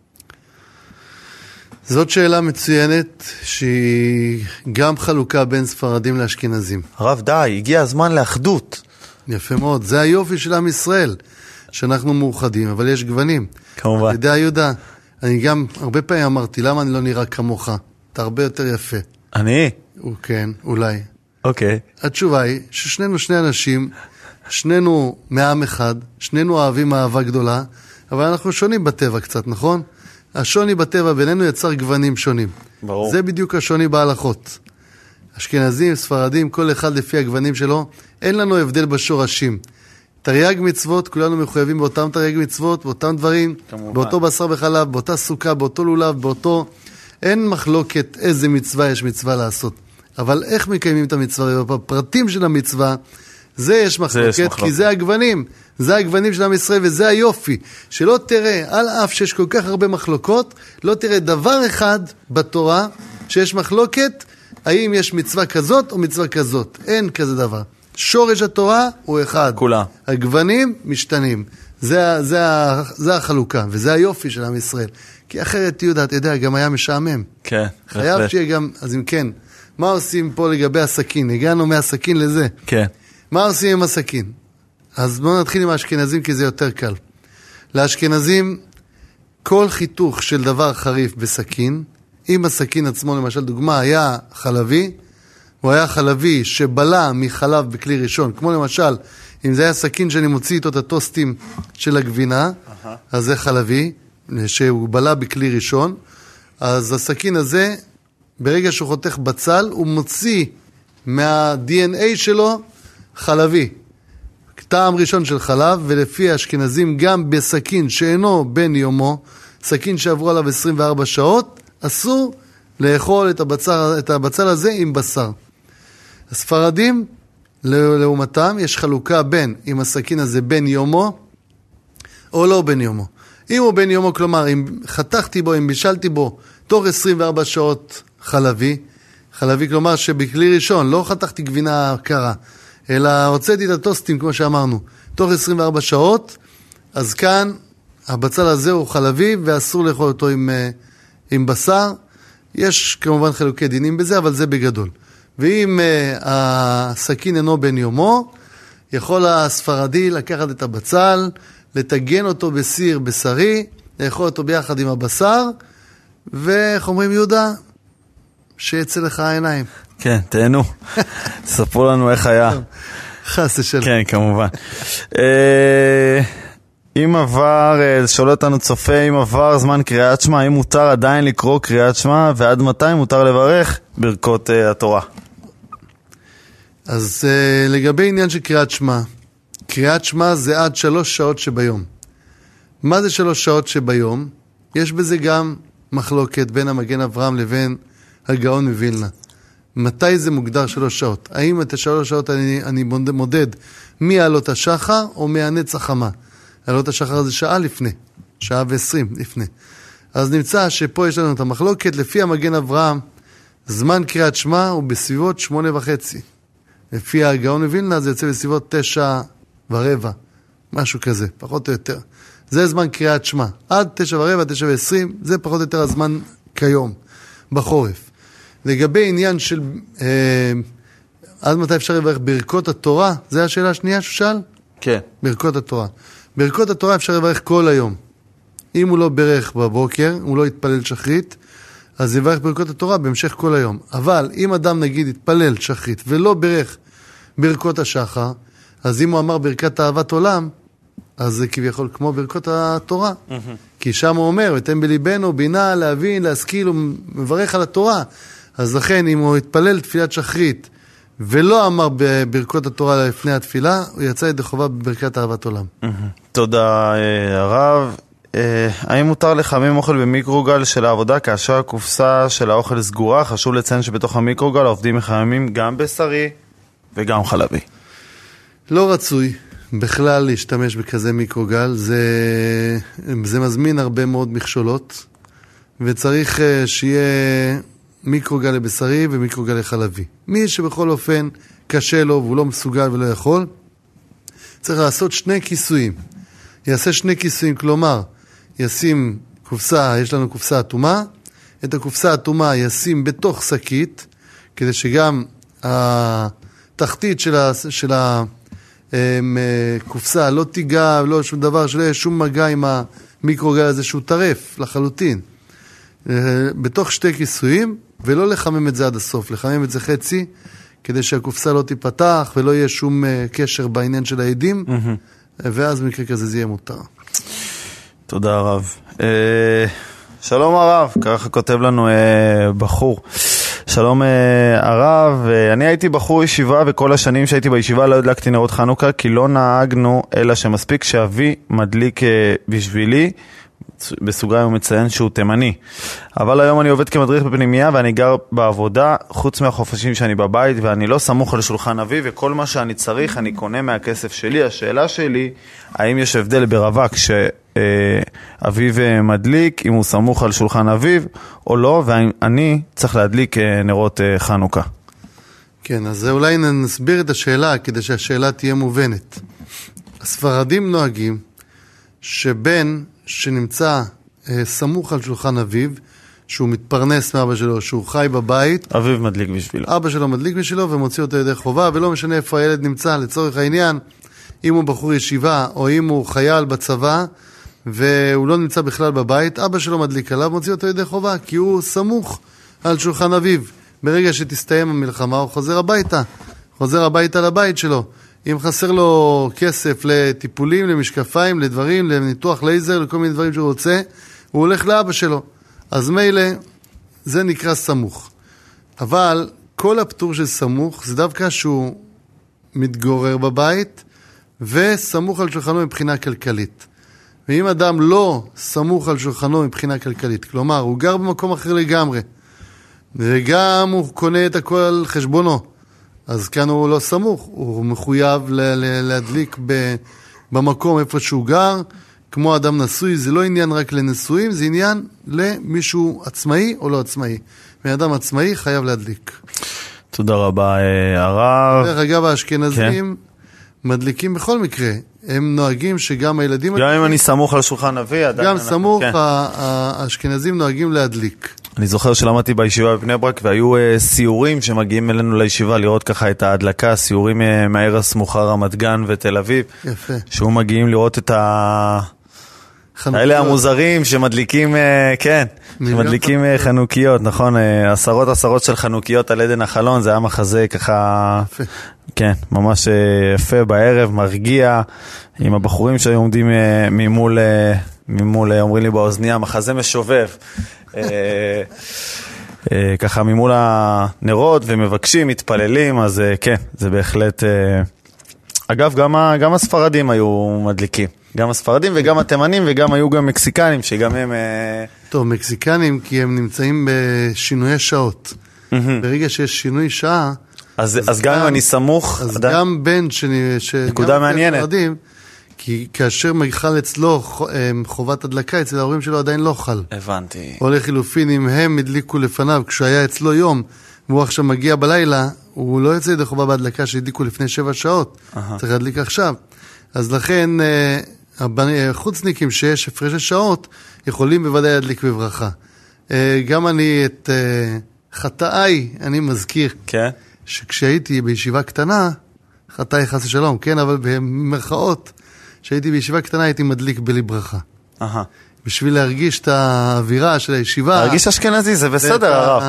זאת שאלה מצוינת, שהיא גם חלוקה בין ספרדים לאשכנזים. הרב, די, הגיע הזמן לאחדות. יפה מאוד, זה היופי של עם ישראל, שאנחנו מאוחדים, אבל יש גוונים. כמובן. ידע יהודה, אני גם הרבה פעמים אמרתי, למה אני לא נראה כמוך? אתה הרבה יותר יפה. אני? כן, אולי. אוקיי. התשובה היא ששנינו שני אנשים שנינו מעם אחד, שנינו אוהבים אהבה גדולה, אבל אנחנו שונים בטבע קצת, נכון? השוני בטבע בינינו יצר גוונים שונים. ברור. זה בדיוק השוני בהלכות. אשכנזים, ספרדים, כל אחד לפי הגוונים שלו, אין לנו הבדל בשורשים. תרי"ג מצוות, כולנו מחויבים באותם תרי"ג מצוות, באותם דברים, כמובן. באותו בשר וחלב, באותה סוכה, באותו לולב, באותו... אין מחלוקת איזה מצווה יש מצווה לעשות. אבל איך מקיימים את המצווה? בפרטים של המצווה, זה יש מחלוקת, כי זה הגוונים. זה הגוונים של עם ישראל, וזה היופי. שלא תראה, על אף שיש כל כך הרבה מחלוקות, לא תראה דבר אחד בתורה שיש מחלוקת, האם יש מצווה כזאת או מצווה כזאת. אין כזה דבר. שורש התורה הוא אחד. כולה. הגוונים משתנים. זה החלוקה, וזה היופי של עם ישראל. כי אחרת, יהודה, אתה יודע, גם היה משעמם. כן. חייב שיהיה גם, אז אם כן, מה עושים פה לגבי הסכין? הגענו מהסכין לזה. כן. מה עושים עם הסכין? אז בואו נתחיל עם האשכנזים, כי זה יותר קל. לאשכנזים, כל חיתוך של דבר חריף בסכין, אם הסכין עצמו, למשל דוגמה, היה חלבי, הוא היה חלבי שבלה מחלב בכלי ראשון, כמו למשל, אם זה היה סכין שאני מוציא איתו את הטוסטים של הגבינה, אז זה חלבי, שהוא בלה בכלי ראשון, אז הסכין הזה, ברגע שהוא חותך בצל, הוא מוציא מה-DNA שלו חלבי. טעם ראשון של חלב, ולפי האשכנזים גם בסכין שאינו בן יומו, סכין שעברו עליו 24 שעות, אסור לאכול את הבצל הזה עם בשר. הספרדים, לעומתם, יש חלוקה בין אם הסכין הזה בן יומו או לא בן יומו. אם הוא בן יומו, כלומר, אם חתכתי בו, אם בישלתי בו, תוך 24 שעות חלבי, כלומר שבכלי ראשון לא חתכתי גבינה קרה, אלא הוצאתי את הטוסטים, כמו שאמרנו, תוך 24 שעות, אז כאן הבצל הזה הוא חלבי, ואסור לאכול אותו עם בשר. יש כמובן חילוקי דינים בזה, אבל זה בגדול. ואם הסכין אינו בן יומו, יכול הספרדי לקחת את הבצל, לתגן אותו בסיר בשרי, לאכול אותו ביחד עם הבשר, ואיך אומרים יהודה? שיצא לך העיניים. כן, תהנו. ספרו לנו איך היה. חס ושלום. כן, כמובן. אם עבר, שואל אותנו צופה, אם עבר זמן קריאת שמע, האם מותר עדיין לקרוא קריאת שמע, ועד מתי מותר לברך ברכות התורה? אז לגבי עניין של קריאת שמע זה עד 3 שעות שביום. מה זה 3 שעות שביום? יש בזה גם מחלוקת בין המגן אברהם לבין הגאון מווילנה. מתי זה מוגדר 3 שעות? האם את 3 שעות אני מודד מעלות השחר או מהנץ החמה? עלות השחר זה שעה לפני, שעה ו20 לפני. אז נמצא שפה יש לנו את המחלוקת, לפי המגן אברהם, זמן קריאת שמע הוא בסביבות 8:30. לפי הגאון מווילנה זה יוצא בסביבות 9:15, משהו כזה, פחות או יותר. זה זמן קריאת שמע. עד 9:15, 9:20, זה פחות או יותר הזמן כיום, בחורף. לגבי עניין של עד מתי אפשר לברך ברכות התורה, זה השאלה השנייה ששאל? כן. ברכות התורה. ברכות התורה אפשר לברך כל היום. אם הוא לא ברך בבוקר, הוא לא יתפלל שחרית, אז יברך ברכות התורה בהמשך כל היום. אבל אם אדם נגיד יתפלל שחרית ולא ברך ברכות השחר, אז אם הוא אמר ברכת אהבת עולם, אז זה כביכול כמו ברכות התורה. כי שם הוא אומר, ותן בליבנו בינה, להבין, להשכיל, הוא מברך על התורה. אז לכן אם הוא יתפלל תפילת שחרית ולא אמר בברכות התורה לפני התפילה, הוא יצא ידי חובה בברכת אהבת עולם. תודה הרב. האם מותר לחמם אוכל במיקרוגל של העבודה כאשר הקופסה של האוכל סגורה? חשוב לציין שבתוך המיקרוגל העובדים מחממים גם בשרי וגם חלבי. לא רצוי בכלל להשתמש בכזה מיקרוגל, זה מזמין הרבה מאוד מכשולות, וצריך שיהיה מיקרוגל לבשרי ומיקרוגל לחלבי. מי שבכל אופן קשה לו והוא לא מסוגל ולא יכול, צריך לעשות 2 כיסויים. יעשה 2 כיסויים, כלומר, ישים קופסה, יש לנו קופסה אטומה, את הקופסה האטומה ישים בתוך שקית, כדי שגם התחתית של הקופסה לא תיגע, לא שום דבר, שלא יהיה שום מגע עם המיקרוגל הזה שהוא טרף לחלוטין. בתוך 2 כיסויים, ולא לחמם את זה עד הסוף, לחמם את זה חצי, כדי שהקופסה לא תיפתח ולא יהיה שום קשר בעניין של העדים, ואז במקרה כזה זה יהיה מותר. תודה הרב. שלום הרב, ככה כותב לנו בחור. שלום הרב, אני הייתי בחור ישיבה וכל השנים שהייתי בישיבה לא הדלקתי נרות חנוכה כי לא נהגנו אלא שמספיק שאבי מדליק בשבילי, בסוגריים הוא מציין שהוא תימני. אבל היום אני עובד כמדריך בפנימייה ואני גר בעבודה חוץ מהחופשים שאני בבית ואני לא סמוך על שולחן אבי וכל מה שאני צריך אני קונה מהכסף שלי. השאלה שלי, האם יש הבדל ברווק שאביו מדליק אם הוא סמוך על שולחן אביו או לא, ואני צריך להדליק נרות חנוכה? כן, אז אולי נסביר את השאלה כדי שהשאלה תהיה מובנת. הספרדים נוהגים שבן שנמצא סמוך על שולחן אביו, שהוא מתפרנס מאבא שלו, שהוא חי בבית, אביו מדליק בשבילו. אבא שלו מדליק בשבילו ומוציא אותו ידי חובה, ולא משנה איפה הילד נמצא, לצורך העניין, אם הוא בחור ישיבה או אם הוא חייל בצבא, והוא לא נמצא בכלל בבית, אבא שלו מדליק עליו, מוציא אותו ידי חובה, כי הוא סמוך על שולחן אביו. ברגע שתסתיים המלחמה, הוא חוזר הביתה לבית שלו. אם חסר לו כסף לטיפולים, למשקפיים, לדברים, לניתוח לייזר, לכל מיני דברים שהוא רוצה, הוא הולך לאבא שלו. אז מילא, זה נקרא סמוך. אבל כל הפטור של סמוך, זה דווקא שהוא מתגורר בבית, וסמוך על שולחנו מבחינה כלכלית. ואם אדם לא סמוך על שולחנו מבחינה כלכלית, כלומר, הוא גר במקום אחר לגמרי, וגם הוא קונה את הכל על חשבונו, אז כאן הוא לא סמוך, הוא מחויב להדליק במקום איפה שהוא גר, כמו אדם נשוי, זה לא עניין רק לנשואים, זה עניין למישהו עצמאי או לא עצמאי. ואדם עצמאי חייב להדליק. תודה רבה הרב. דרך אגב, האשכנזים מדליקים בכל מקרה. הם נוהגים שגם הילדים... גם אם אני סמוך על שולחן אבי, גם סמוך, האשכנזים נוהגים להדליק. אני זוכר שלמדתי בישיבה בבני ברק, והיו סיורים שמגיעים אלינו לישיבה לראות ככה את ההדלקה, סיורים מהעיר הסמוכה רמת גן ותל אביב. יפה. שהוא מגיעים לראות את האלה המוזרים שמדליקים, כן, שמדליקים חנוכיות, נכון, עשרות של חנוכיות על עדן החלון, זה היה מחזה ככה, יפה. כן, ממש יפה בערב, מרגיע, עם הבחורים שהיו עומדים ממול, אומרים לי באוזניה, מחזה משובב, ככה ממול הנרות ומבקשים, מתפללים, אז כן, זה בהחלט, אגב, גם הספרדים היו מדליקים. גם הספרדים וגם התימנים וגם היו גם מקסיקנים שגם הם... טוב, מקסיקנים כי הם נמצאים בשינויי שעות. ברגע שיש שינוי שעה... אז גם אם אני סמוך... אז גם בן נקודה מעניינת. כי כאשר מגיחל אצלו חובת הדלקה, אצל ההורים שלו עדיין לא חל. הבנתי. או לחילופין, אם הם הדליקו לפניו, כשהיה אצלו יום, והוא עכשיו מגיע בלילה, הוא לא יוצא ידי חובה בהדלקה שהדליקו לפני 7 שעות. צריך להדליק עכשיו. אז לכן... החוצניקים שיש הפרש השעות יכולים בוודאי להדליק בברכה. גם אני את חטאי, אני מזכיר שכשהייתי בישיבה קטנה, חטאי חס ושלום, כן, אבל במרכאות, כשהייתי בישיבה קטנה הייתי מדליק בלי ברכה. בשביל להרגיש את האווירה של הישיבה. להרגיש אשכנזי, זה בסדר הרב.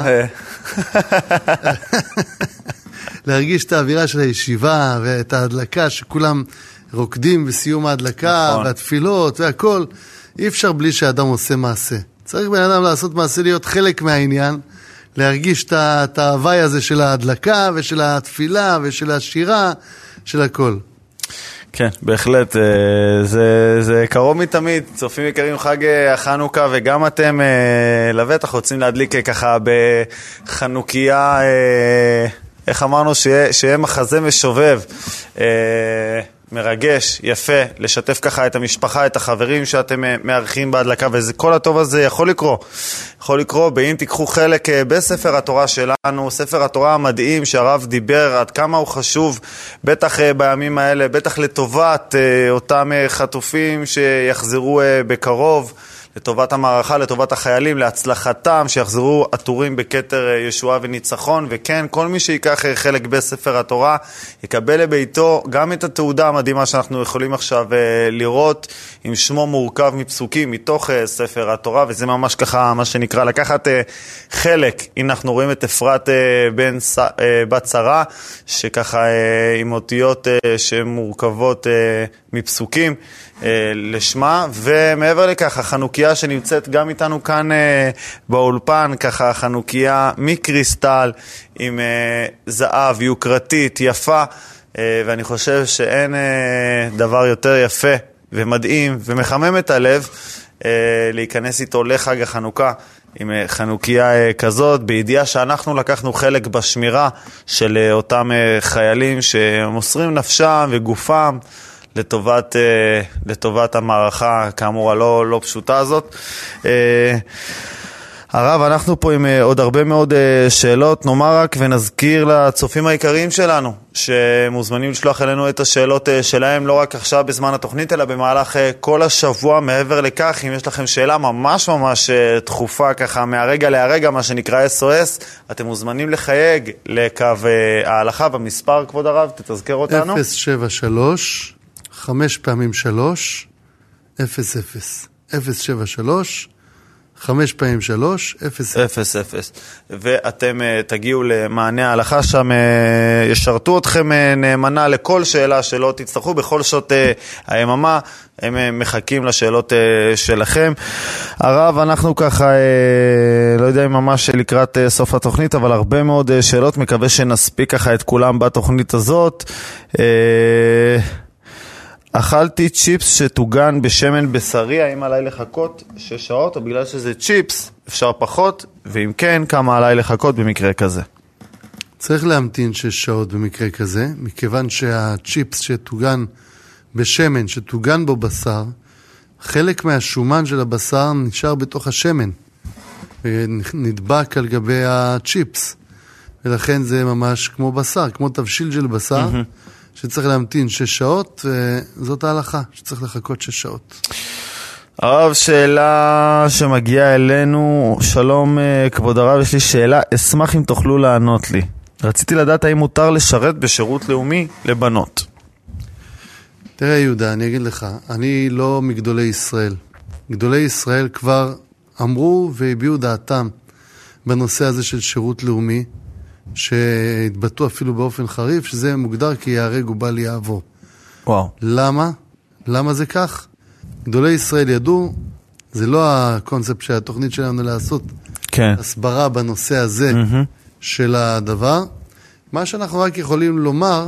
להרגיש את האווירה של הישיבה ואת ההדלקה שכולם... רוקדים בסיום ההדלקה, נכון. והתפילות והכל, אי אפשר בלי שאדם עושה מעשה. צריך בן אדם לעשות מעשה, להיות חלק מהעניין, להרגיש את ההוואי הזה של ההדלקה ושל התפילה ושל השירה, של הכל. כן, בהחלט, זה קרוב מתמיד, צופים יקרים חג החנוכה, וגם אתם לבטח רוצים להדליק ככה בחנוכיה, איך אמרנו, שיהיה מחזה משובב, מרגש, יפה, לשתף ככה את המשפחה, את החברים שאתם מארחים בהדלקה, וזה כל הטוב הזה יכול לקרוא, באם תיקחו חלק בספר התורה שלנו, ספר התורה המדהים שהרב דיבר עד כמה הוא חשוב, בטח בימים האלה, בטח לטובת אותם חטופים שיחזרו בקרוב, לטובת המערכה, לטובת החיילים, להצלחתם, שיחזרו עטורים בכתר ישועה וניצחון, וכן, כל מי שיקח חלק בספר התורה, יקבל לביתו גם את התעודה המדהימה שאנחנו יכולים עכשיו לראות, עם שמו מורכב מפסוקים מתוך ספר התורה, וזה ממש ככה מה שנקרא לקחת חלק. אם אנחנו רואים את אפרת בת שרה, שככה עם אותיות שהן מורכבות מפסוקים לשמה, ומעבר לכך החנוכיה שנמצאת גם איתנו כאן באולפן, ככה חנוכיה מקריסטל עם זהב יוקרתית יפה, ואני חושב שאין דבר יותר יפה ומדהים ומחמם את הלב להיכנס איתו לחג החנוכה עם חנוכיה כזאת, בידיעה שאנחנו לקחנו חלק בשמירה של אותם חיילים שמוסרים נפשם וגופם לטובת המערכה, כאמור, לא פשוטה הזאת. הרב, אנחנו פה עם עוד הרבה מאוד שאלות, נאמר רק ונזכיר לצופים העיקריים שלנו, שמוזמנים לשלוח אלינו את השאלות שלהם, לא רק עכשיו בזמן התוכנית, אלא במהלך כל השבוע. מעבר לכך, אם יש לכם שאלה ממש דחופה, ככה מהרגע להרגע, מה שנקרא SOS, אתם מוזמנים לחייג לקו ההלכה במספר, כבוד הרב, תתזכר אותנו. 073 5 פעמים 3 00 073 5 פעמים 3 00. ואתם תגיעו למענה ההלכה, שם ישרתו אתכם נאמנה לכל שאלה שלא תצטרכו בכל שעות היממה, הם מחכים לשאלות שלכם. הרב, אנחנו ככה לא יודע אם ממש לקראת סוף התוכנית, אבל הרבה מאוד שאלות, מקווה שנספיק ככה את כולם בתוכנית הזאת. אכלתי צ'יפס שטוגן בשמן בשרי, האם עליי לחכות 6 שעות, או בגלל שזה צ'יפס אפשר פחות, ואם כן, כמה עליי לחכות במקרה כזה? צריך להמתין 6 שעות במקרה כזה, מכיוון שהצ'יפס שטוגן בשמן, שטוגן בו בשר, חלק מהשומן של הבשר נשאר בתוך השמן, ונדבק על גבי הצ'יפס, ולכן זה ממש כמו בשר, כמו תבשיל של בשר, שצריך להמתין 6 שעות, וזאת ההלכה, שצריך לחכות 6 שעות. הרב, שאלה שמגיעה אלינו, שלום כבוד הרב, יש לי שאלה, אשמח אם תוכלו לענות לי. רציתי לדעת האם מותר לשרת בשירות לאומי לבנות. תראה יהודה, אני אגיד לך, אני לא מגדולי ישראל. גדולי ישראל כבר אמרו והביעו דעתם בנושא הזה של שירות לאומי, שהתבטאו אפילו באופן חריף, שזה מוגדר כי יהרג ובל יעבור. וואו. למה? למה זה כך? גדולי ישראל ידעו, זה לא הקונספט של התוכנית שלנו לעשות הסברה בנושא הזה של הדבר. מה שאנחנו רק יכולים לומר,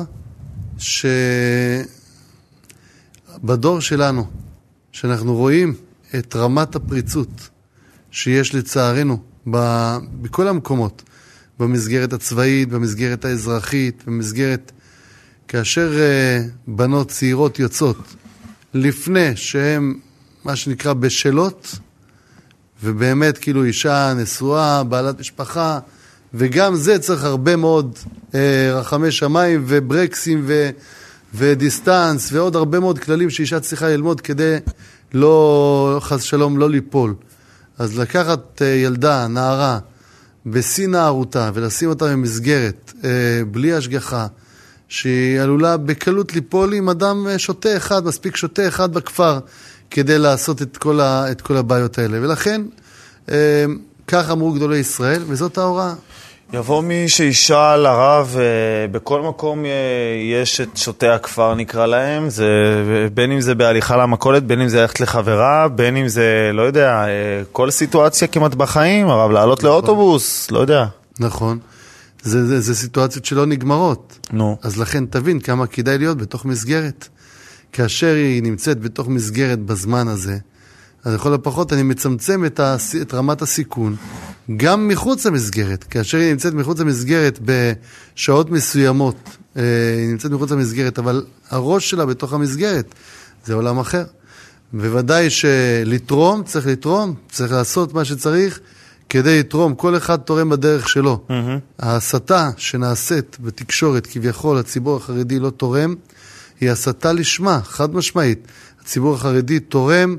שבדור שלנו, שאנחנו רואים את רמת הפריצות שיש לצערנו בכל המקומות, במסגרת הצבאית, במסגרת האזרחית, במסגרת כאשר בנות צעירות יוצאות לפני שהן מה שנקרא בשלות, ובאמת כאילו אישה נשואה, בעלת משפחה, וגם זה צריך הרבה מאוד רחמי שמיים וברקסים ודיסטנס ועוד הרבה מאוד כללים שאישה צריכה ללמוד כדי לא, חס שלום, לא ליפול. אז לקחת ילדה, נערה, בשיא נערותה, ולשים אותה במסגרת, בלי השגחה, שהיא עלולה בקלות ליפול עם אדם שוטה אחד, מספיק שוטה אחד בכפר, כדי לעשות את כל הבעיות האלה. ולכן, כך אמרו גדולי ישראל, וזאת ההוראה. יבוא מי שישאל הרב, בכל מקום יש את שוטי הכפר נקרא להם, בין אם זה בהליכה למכולת, בין אם זה ללכת לחברה, בין אם זה, לא יודע, כל סיטואציה כמעט בחיים, הרב, לעלות לאוטובוס, לא יודע. נכון, זה סיטואציות שלא נגמרות. נו. אז לכן תבין כמה כדאי להיות בתוך מסגרת. כאשר היא נמצאת בתוך מסגרת בזמן הזה, אז לכל הפחות אני מצמצם את רמת הסיכון, גם מחוץ למסגרת. כאשר היא נמצאת מחוץ למסגרת בשעות מסוימות, היא נמצאת מחוץ למסגרת, אבל הראש שלה בתוך המסגרת, זה עולם אחר. בוודאי שלתרום, צריך לעשות מה שצריך כדי לתרום. כל אחד תורם בדרך שלו. ההסתה שנעשית בתקשורת, כביכול הציבור החרדי לא תורם, היא הסתה לשמה, חד משמעית. הציבור החרדי תורם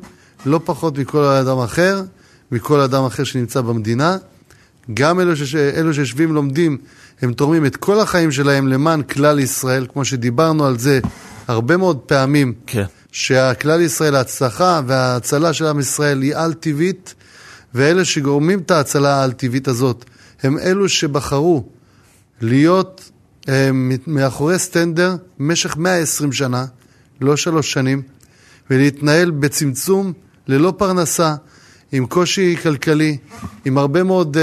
לא פחות מכל אדם אחר, מכל אדם אחר שנמצא במדינה. גם אלו שיושבים לומדים, הם תורמים את כל החיים שלהם למען כלל ישראל, כמו שדיברנו על זה הרבה מאוד פעמים, כן. שהכלל ישראל, ההצלחה וההצלה של עם ישראל היא על טבעית, ואלה שגורמים את ההצלה העל טבעית הזאת, הם אלו שבחרו להיות מאחורי סטנדר במשך 120 שנה, לא 3 שנים, ולהתנהל בצמצום ללא פרנסה, עם קושי כלכלי, עם הרבה מאוד,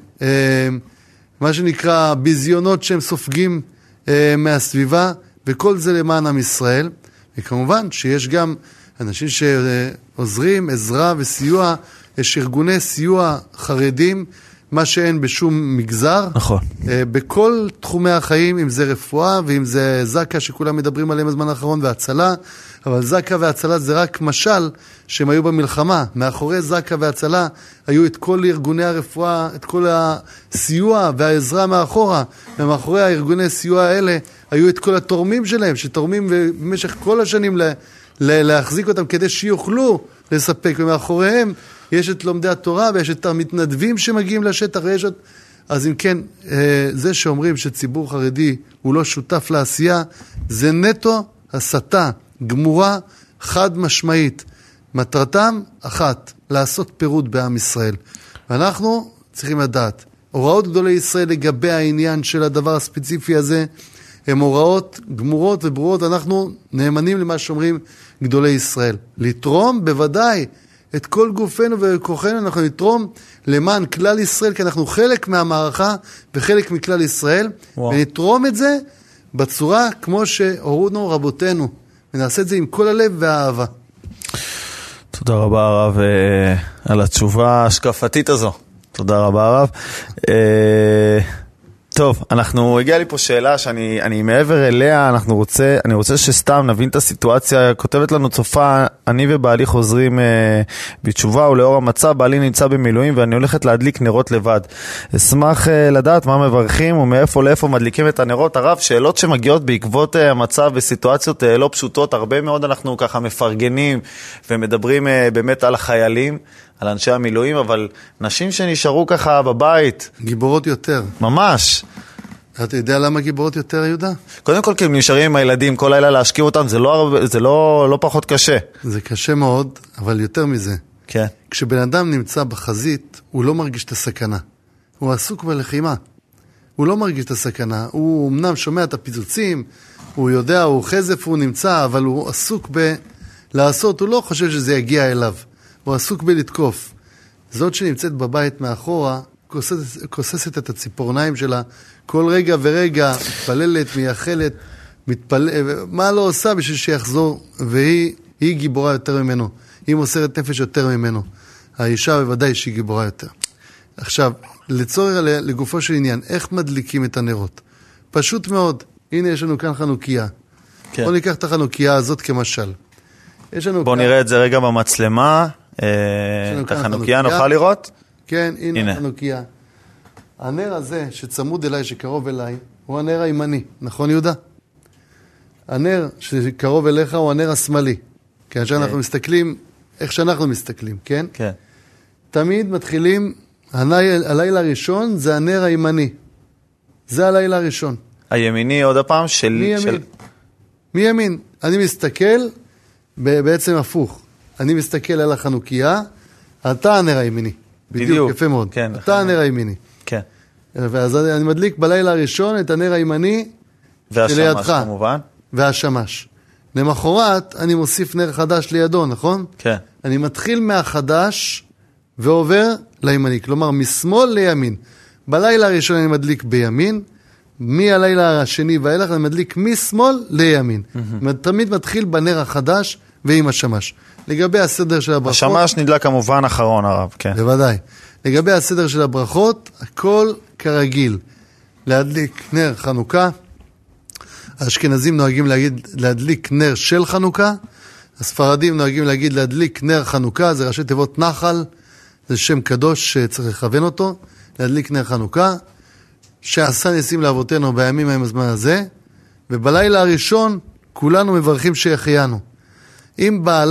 מה שנקרא, ביזיונות שהם סופגים מהסביבה, וכל זה למען עם ישראל. וכמובן שיש גם אנשים שעוזרים, עזרה וסיוע, יש ארגוני סיוע חרדים, מה שאין בשום מגזר. נכון. בכל תחומי החיים, אם זה רפואה, ואם זה זקה שכולם מדברים עליהם בזמן האחרון, והצלה, אבל זקה והצלה זה רק משל שהם היו במלחמה. מאחורי זקה והצלה היו את כל ארגוני הרפואה, את כל הסיוע והעזרה מאחורה, ומאחורי הארגוני סיוע האלה היו את כל התורמים שלהם, שתורמים במשך כל השנים להחזיק אותם כדי שיוכלו לספק, ומאחוריהם יש את לומדי התורה ויש את המתנדבים שמגיעים לשטח, ויש את... אז אם כן, זה שאומרים שציבור חרדי הוא לא שותף לעשייה, זה נטו הסתה גמורה, חד משמעית. מטרתם אחת, לעשות פירוד בעם ישראל. ואנחנו צריכים לדעת, הוראות גדולי ישראל לגבי העניין של הדבר הספציפי הזה, הן הוראות גמורות וברורות, אנחנו נאמנים למה שאומרים גדולי ישראל. לתרום בוודאי את כל גופנו וכוחנו, אנחנו נתרום למען כלל ישראל, כי אנחנו חלק מהמערכה וחלק מכלל ישראל, ונתרום את זה בצורה כמו שהורונו רבותינו, ונעשה את זה עם כל הלב והאהבה. תודה רבה הרב על התשובה ההשקפתית הזו. תודה רבה הרב. טוב, הגיע לי פה שאלה שאני מעבר אליה, אני רוצה שסתם נבין את הסיטואציה. כותבת לנו צופה, אני ובעלי חוזרים בתשובה, ולאור המצב, בעלי נמצא במילואים ואני הולכת להדליק נרות לבד. אשמח לדעת מה מברכים ומאיפה לאיפה מדליקים את הנרות. הרב, שאלות שמגיעות בעקבות המצב בסיטואציות לא פשוטות, הרבה מאוד אנחנו ככה מפרגנים ומדברים באמת על החיילים, על אנשי המילואים, אבל נשים שנשארו ככה בבית. גיבורות יותר. ממש. אתה יודע למה גיבורות יותר, יהודה? קודם כל, כי הם נשארים עם הילדים, כל לילה להשקיע אותם, זה לא פחות קשה. זה קשה מאוד, אבל יותר מזה. כן. כשבן אדם נמצא בחזית, הוא לא מרגיש את הסכנה. הוא עסוק בלחימה. הוא לא מרגיש את הסכנה. הוא אמנם שומע את הפיצוצים, הוא יודע, הוא חזף, הוא נמצא, אבל הוא עסוק בלעשות, הוא לא חושב שזה יגיע אליו. הוא עסוק בלתקוף. זאת שנמצאת בבית מאחורה, כוססת את הציפורניים שלה, כל רגע ורגע, מתפללת, מייחלת, מה לא עושה בשביל שיחזור, והיא גיבורה יותר ממנו. היא מוסרת נפש יותר ממנו. האישה בוודאי שהיא גיבורה יותר. עכשיו, לצורך לגופו של עניין, איך מדליקים את הנרות? פשוט מאוד. הנה יש לנו כאן חנוכיה. כן. בוא ניקח את החנוכיה הזאת כמשל. בוא נראה את זה רגע במצלמה. את החנוכיה נוכל לראות? כן, הנה החנוכיה. הנר הזה שצמוד אליי, שקרוב אליי, הוא הנר הימני, נכון יהודה? הנר שקרוב אליך הוא הנר השמאלי. כן, שאנחנו מסתכלים, איך שאנחנו מסתכלים, כן? כן. תמיד מתחילים, הלילה הראשון זה הנר הימני. זה הלילה הראשון. הימיני עוד הפעם מימין. אני מסתכל בעצם הפוך. אני מסתכל על החנוכיה, אתה הנר הימיני. בדיוק, יפה מאוד. כן, אתה הנר הימיני. כן. ואז אני מדליק בלילה הראשון את הנר הימני לידך. כמובן. והשמש. למחרת אני מוסיף נר חדש לידו, נכון? כן. אני מתחיל מהחדש ועובר לימני. כלומר, משמאל לימין. בלילה הראשון אני מדליק בימין, מהלילה השני ואילך אני מדליק משמאל לימין. תמיד מתחיל בנר החדש ועם השמש. לגבי הסדר של הברכות... השמש נדלק כמובן אחרון הרב, כן. בוודאי. לגבי הסדר של הברכות, הכל כרגיל. להדליק נר חנוכה. האשכנזים נוהגים להדליק נר של חנוכה. הספרדים נוהגים להגיד להדליק נר חנוכה. זה ראשי תיבות נחל. זה שם קדוש שצריך לכוון אותו. להדליק נר חנוכה. שעשה ניסים לאבותינו בימים עם הזמן הזה. ובלילה הראשון כולנו מברכים שהחיינו. אם בעלה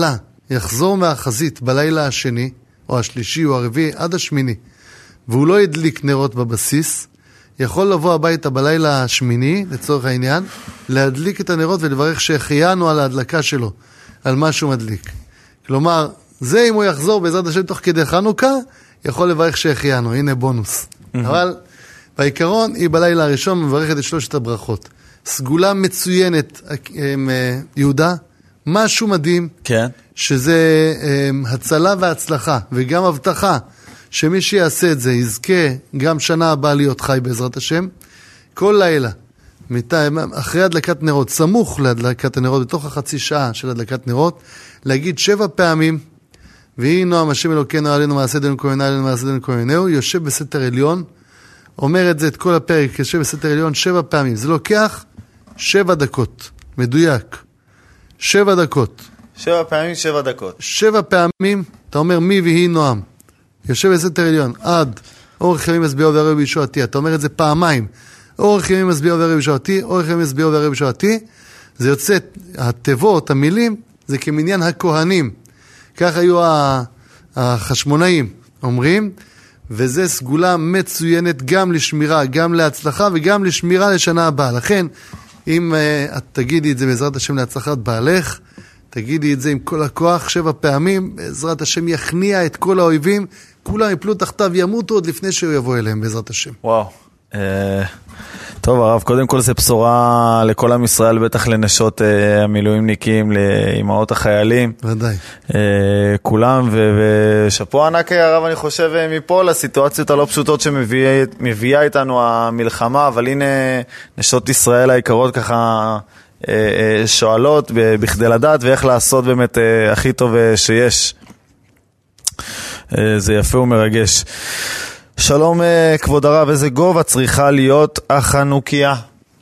יחזור מהחזית בלילה השני, או השלישי או הרביעי, עד השמיני, והוא לא ידליק נרות בבסיס, יכול לבוא הביתה בלילה השמיני, לצורך העניין, להדליק את הנרות ולברך שהחיינו על ההדלקה שלו, על מה שהוא מדליק. כלומר, זה אם הוא יחזור בעזרת השם תוך כדי חנוכה, יכול לברך שהחיינו, הנה בונוס. אבל בעיקרון היא בלילה הראשון מברכת את 3 הברכות. סגולה מצוינת, יהודה, משהו מדהים, כן. שזה הצלה והצלחה, וגם הבטחה, שמי שיעשה את זה יזכה גם שנה הבאה להיות חי בעזרת השם. כל לילה, אחרי הדלקת נרות, סמוך להדלקת הנרות, בתוך החצי שעה של הדלקת נרות, להגיד 7 פעמים, ויהי נועם השם אלוקינו עלינו מעשה ידינו כהנה עלינו מעשה ידינו כהנהו, יושב בסתר עליון, אומר את זה את כל הפרק, יושב בסתר עליון 7 פעמים. זה לוקח 7 דקות, מדויק. 7 דקות. 7 פעמים, 7 דקות. 7 פעמים, אתה אומר מי ויהי נועם. יושב בסתר עליון, עד אורך ימים משביעו וערב בישועתי. אתה אומר את זה פעמיים. אורך ימים משביעו וערב בישועתי, אורך ימים משביעו וערב בישועתי. זה יוצא, התיבות, המילים, זה כמניין הכהנים. כך היו החשמונאים אומרים, וזה סגולה מצוינת גם לשמירה, גם להצלחה וגם לשמירה לשנה הבאה. לכן, אם את תגידי את זה בעזרת השם להצלחת בעלך, תגידי את זה עם כל הכוח 7 פעמים, בעזרת השם יכניע את כל האויבים, כולם יפלו תחתיו, ימותו עוד לפני שהוא יבוא אליהם בעזרת השם. וואו. טוב הרב, קודם כל זה בשורה לכל עם ישראל, בטח לנשות המילואימניקים, לאמהות החיילים. ודאי. כולם, ושפו ענק הרב, אני חושב, מפה לסיטואציות הלא פשוטות שמביאה איתנו המלחמה, אבל הנה נשות ישראל היקרות ככה שואלות בכדי לדעת, ואיך לעשות באמת הכי טוב שיש. זה יפה ומרגש. שלום כבוד הרב, איזה גובה צריכה להיות החנוכיה?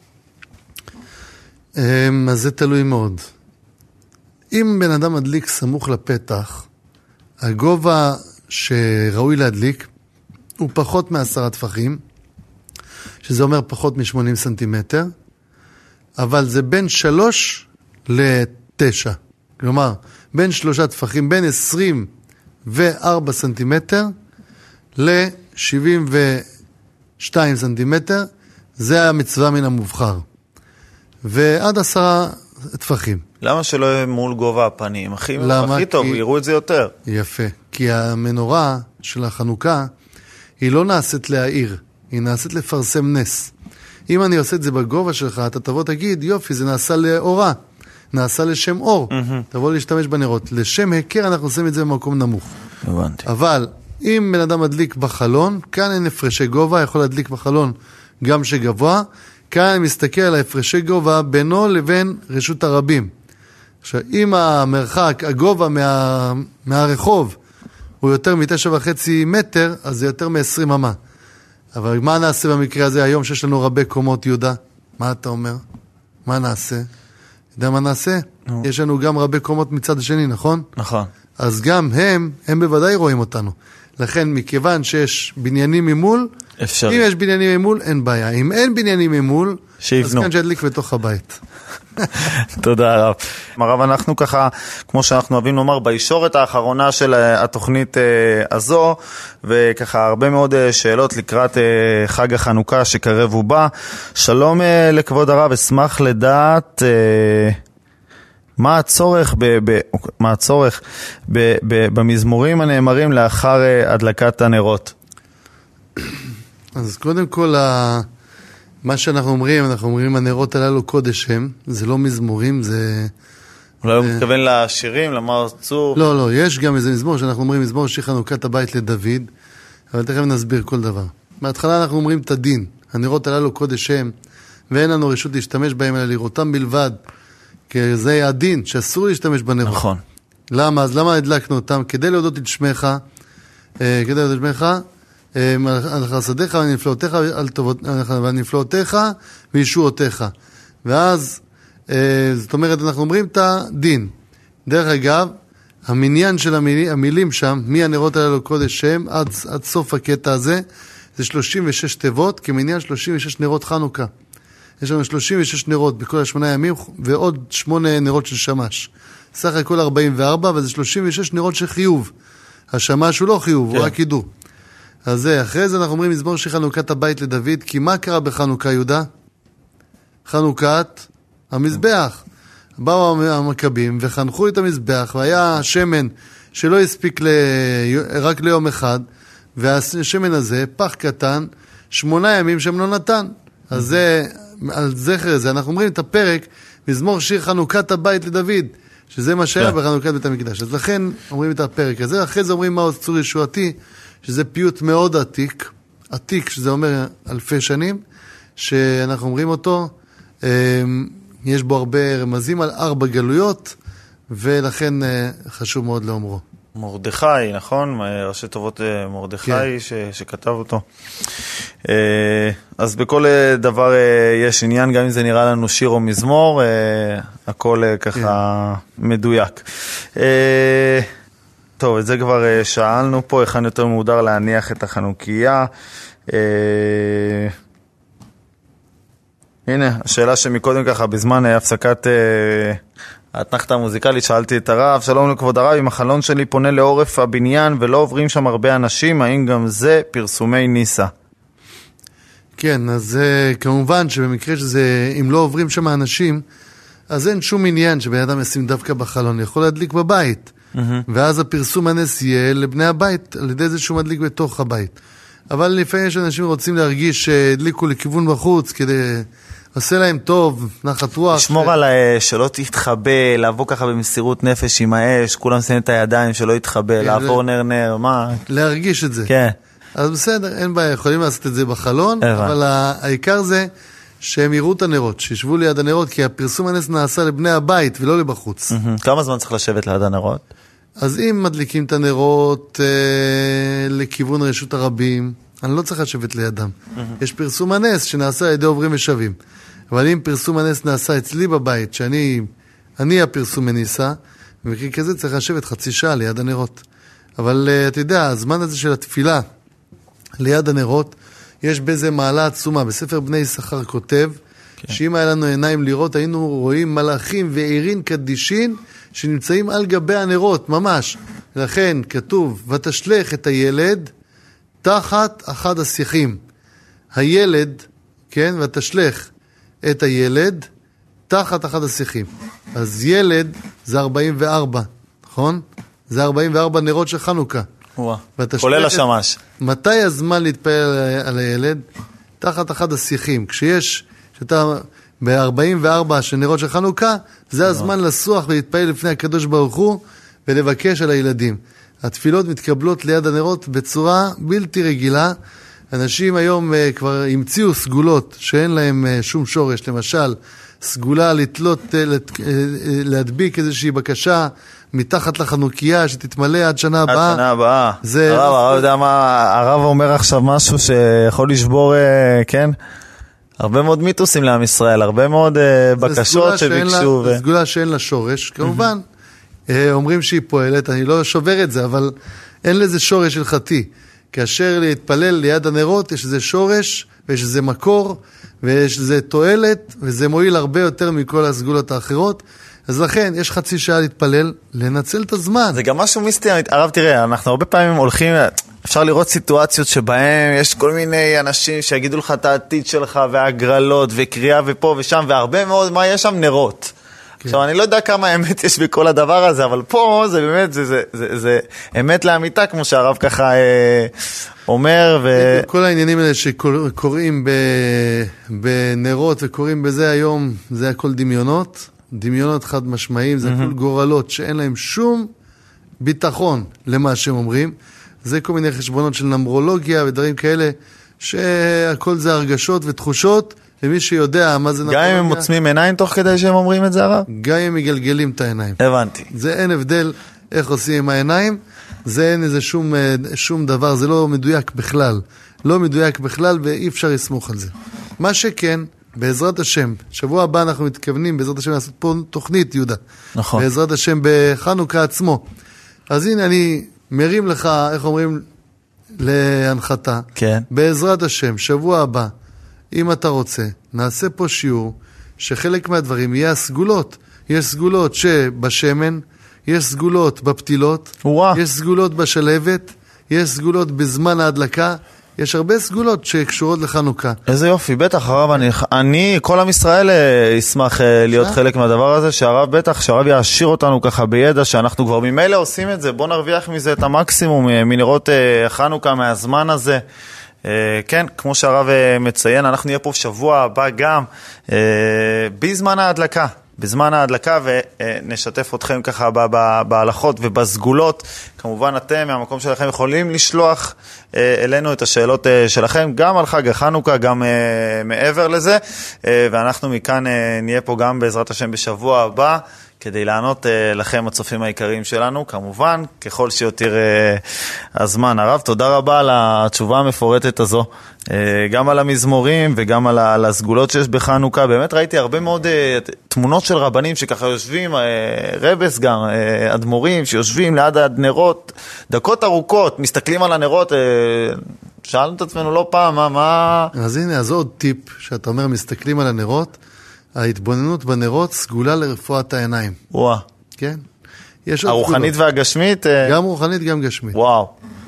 אז זה תלוי מאוד. אם בן אדם מדליק סמוך לפתח, הגובה שראוי להדליק הוא פחות מ10 טפחים, שזה אומר פחות מ80 סנטימטר, אבל זה בין 3 ל9. כלומר, בין 3 טפחים, בין 24 סנטימטר ל72 סנטימטר, זה המצווה מן המובחר. ועד 10 טפחים. למה שלא יהיה מול גובה הפנים? הכי טוב, יראו את זה יותר. יפה. כי המנורה של החנוכה, היא לא נעשית להעיר, היא נעשית לפרסם נס. אם אני עושה את זה בגובה שלך, אתה תבוא תגיד, יופי, זה נעשה לאורה, נעשה לשם אור. תבוא להשתמש בנרות. לשם הכר אנחנו עושים את זה במקום נמוך. הבנתי. אבל אם בן אדם מדליק בחלון, כאן אין הפרשי גובה, יכול להדליק בחלון גם שגבוה, כאן אני מסתכל על ההפרשי גובה בינו לבין רשות הרבים. עכשיו, אם המרחק, הגובה מהרחוב הוא יותר מ9.5 מטר, אז זה יותר מ20 אמה. אבל מה נעשה במקרה הזה היום שיש לנו רבי קומות, יהודה? מה אתה אומר? מה נעשה? יודע מה נעשה? יש לנו גם רבי קומות מצד השני, נכון? נכון. אז גם הם בוודאי רואים אותנו. לכן, מכיוון שיש בניינים ממול, אפשרי. אם יש בניינים ממול, אין בעיה. אם אין בניינים ממול, שיבנו. אז כאן שידליק בתוך הבית. תודה הרב. הרב, אנחנו ככה, כמו שאנחנו אוהבים לומר, בישורת האחרונה של התוכנית הזו, וככה הרבה מאוד שאלות לקראת חג החנוכה שקרב ובא. שלום לכבוד הרב, אשמח לדעת מה הצורך במזמורים הנאמרים לאחר הדלקת הנרות. אז קודם כל, מה שאנחנו אומרים, הנרות הללו קודש הם, זה לא מזמורים, זה... אולי הוא מתכוון לשירים, למר צור? לא, יש גם איזה מזמור שאנחנו אומרים, מזמור שיר חנוכת הבית לדוד, אבל תכף נסביר כל דבר. מההתחלה אנחנו אומרים את הדין, הנרות הללו קודש הם, ואין לנו רשות להשתמש בהם, אלא לראותם בלבד, כי זה הדין, שאסור להשתמש בנרות. נכון. למה? אז למה הדלקנו אותם? כדי להודות את שמך, על חסדיך ונפלאותיך וישועותיך. ואז, זאת אומרת, אנחנו אומרים את הדין. דרך אגב, המניין של המילים שם, מהנרות הללו קודש שם, עד סוף הקטע הזה, זה 36 תיבות, כמניין 36 נרות חנוכה. יש לנו 36 נרות בכל 8 ימים, ועוד 8 נרות של שמש. סך הכל 44, וזה 36 נרות של חיוב. השמש הוא לא חיוב, הוא רק ידעו. אז זה, אחרי זה אנחנו אומרים מזמור של חנוכת הבית לדוד, כי מה קרה בחנוכה, יהודה? חנוכת המזבח. באו המכבים וחנכו את המזבח, והיה שמן שלא הספיק רק ליום אחד, והשמן הזה, פח קטן, 8 ימים שם לא נתן. אז זה, על זכר זה, אנחנו אומרים את הפרק, מזמור שיר חנוכת הבית לדוד, שזה מה שהיה בחנוכת בית המקדש. אז לכן אומרים את הפרק הזה, אחרי זה אומרים מהו צור ישועתי, שזה פיוט מאוד עתיק, שזה אומר אלפי שנים, שאנחנו אומרים אותו, יש בו הרבה רמזים על 4 גלויות, ולכן חשוב מאוד לאומרו. מרדכי, נכון? ראשי טובות מרדכי שכתב אותו. אז בכל דבר יש עניין, גם אם זה נראה לנו שיר או מזמור, הכל ככה מדויק. טוב, את זה כבר שאלנו פה, היכן יותר מודר להניח את החנוכיה. הנה, השאלה שמקודם ככה, בזמן הפסקת האתנחתה המוזיקלית, שאלתי את הרב, שלום לכבוד הרב, אם החלון שלי פונה לעורף הבניין ולא עוברים שם הרבה אנשים, האם גם זה פרסומי ניסה? כן, אז כמובן שבמקרה שזה, אם לא עוברים שם אנשים, אז אין שום עניין שבן אדם ישים דווקא בחלון, יכול להדליק בבית, ואז הפרסום הנס יהיה לבני הבית, על ידי זה שהוא מדליק בתוך הבית. אבל לפעמים יש אנשים רוצים להרגיש שהדליקו לכיוון בחוץ, כדי עושה להם טוב, נחת רוח. לשמור על האש, שלא תתחבא, לעבור ככה במסירות נפש עם האש, כולם שמים את הידיים שלא יתחבא, לעבור נר, מה? להרגיש את זה. כן. אז בסדר, אין בעיה, יכולים לעשות את זה בחלון, אבל העיקר זה שהם יראו את הנרות, שישבו ליד הנרות, כי הפרסום הנס נעשה לבני הבית ולא לבחוץ. כמה זמן צריך לשבת ליד הנרות? אז אם מדליקים את הנרות לכיוון רשות הרבים, אני לא צריך לשבת לידם. יש פרסום הנס שנעשה על ידי עוברים ושבים. אבל אם פרסום הנס נעשה אצלי בבית, שאני הפרסום מניסה, במקרה כזה צריך לשבת חצי שעה ליד הנרות. אבל אתה יודע, הזמן הזה של התפילה ליד הנרות, יש בזה מעלה עצומה. בספר בני יששכר כותב, שאם היה לנו עיניים לראות, היינו רואים מלאכים ועירין קדישין, שנמצאים על גבי הנרות, ממש. לכן כתוב, ותשלח את הילד תחת אחד השיחים. הילד, כן, ותשלח את הילד תחת אחד השיחים. אז ילד זה 44, נכון? זה 44 נרות של חנוכה. כולל השמש. מתי הזמן להתפעל על הילד? תחת אחד השיחים. שאתה ב-44 של נרות של חנוכה, זה הזמן לסוח ולהתפעל לפני הקדוש ברוך הוא ולבקש על הילדים. התפילות מתקבלות ליד הנרות בצורה בלתי רגילה. אנשים היום כבר המציאו סגולות שאין להם שום שורש. למשל, סגולה להדביק איזושהי בקשה מתחת לחנוכיה שתתמלא עד שנה הבאה. עד שנה הבאה. הרב יודע מה, הרב אומר עכשיו משהו שיכול לשבור, כן? הרבה מאוד מיתוסים לעם ישראל, הרבה מאוד בקשות שביקשו. זו סגולה שאין לה שורש, כמובן. אומרים שהיא פועלת, אני לא שובר את זה, אבל אין לזה שורש הלכתי. כאשר להתפלל ליד הנרות, יש איזה שורש, ויש איזה מקור, ויש איזה תועלת, וזה מועיל הרבה יותר מכל הסגולות האחרות. אז לכן, יש חצי שעה להתפלל, לנצל את הזמן. זה גם משהו מיסטי, הרב תראה, אנחנו הרבה פעמים הולכים, אפשר לראות סיטואציות שבהם יש כל מיני אנשים שיגידו לך את העתיד שלך, והגרלות, וקריאה ופה ושם, והרבה מאוד, מה יש שם? נרות. עכשיו, אני לא יודע כמה אמת יש בכל הדבר הזה, אבל פה זה באמת, זה אמת לאמיתה, כמו שהרב ככה אומר. כל העניינים האלה שקוראים בנרות וקוראים בזה היום, זה הכל דמיונות, דמיונות חד משמעיים, זה הכל גורלות שאין להם שום ביטחון למה שהם אומרים. זה כל מיני חשבונות של נמרולוגיה ודברים כאלה, שהכל זה הרגשות ותחושות, ומי שיודע מה זה נמרולוגיה. גם אם הם מוצמים עיניים תוך כדי שהם אומרים את זה, הרב? גם אם מגלגלים את העיניים. הבנתי. זה אין הבדל איך עושים עם העיניים, זה אין איזה שום דבר, זה לא מדויק בכלל. לא מדויק בכלל ואי אפשר לסמוך על זה. מה שכן, בעזרת השם, שבוע הבא אנחנו מתכוונים בעזרת השם לעשות פה תוכנית, יהודה. נכון. בעזרת השם בחנוכה עצמו. אז הנה אני מרים לך, איך אומרים, להנחתה. כן. בעזרת השם, שבוע הבא, אם אתה רוצה, נעשה פה שיעור שחלק מהדברים יהיה הסגולות יש סגולות שבשמן, יש סגולות בפתילות, יש סגולות בשלבת, יש סגולות בזמן ההדלקה, יש הרבה סגולות שקשורות לחנוכה. איזה יופי, בטח הרב, כל עם ישראל ישמח להיות חלק מהדבר הזה, שהרב בטח, שהרב יעשיר אותנו ככה בידע, שאנחנו כבר ממילא עושים את זה, בוא נרוויח מזה את המקסימום, מנרות חנוכה מהזמן הזה. כן, כמו שהרב מציין, אנחנו נהיה פה שבוע הבא גם בזמן ההדלקה. בזמן ההדלקה ונשתף אתכם ככה בהלכות ובסגולות. כמובן אתם מהמקום שלכם יכולים לשלוח אלינו את השאלות שלכם, גם על חג החנוכה, גם מעבר לזה, ואנחנו מכאן נהיה פה גם בעזרת השם בשבוע הבא, כדי לענות לכם הצופים העיקריים שלנו, כמובן, ככל שיותר הזמן. הרב, תודה רבה על התשובה המפורטת הזו, גם על המזמורים וגם על הסגולות שיש בחנוכה. באמת ראיתי הרבה מאוד תמונות של רבנים שככה יושבים, רבס גם, אדמו"רים שיושבים ליד הנרות, דקות ארוכות, מסתכלים על הנרות, שאלנו את עצמנו לא פעם, מה... אז הנה, אז עוד טיפ, שאתה אומר, מסתכלים על הנרות, ההתבוננות בנרות סגולה לרפואת העיניים. וואו. כן? הרוחנית והגשמית? גם רוחנית, גם גשמית. וואו.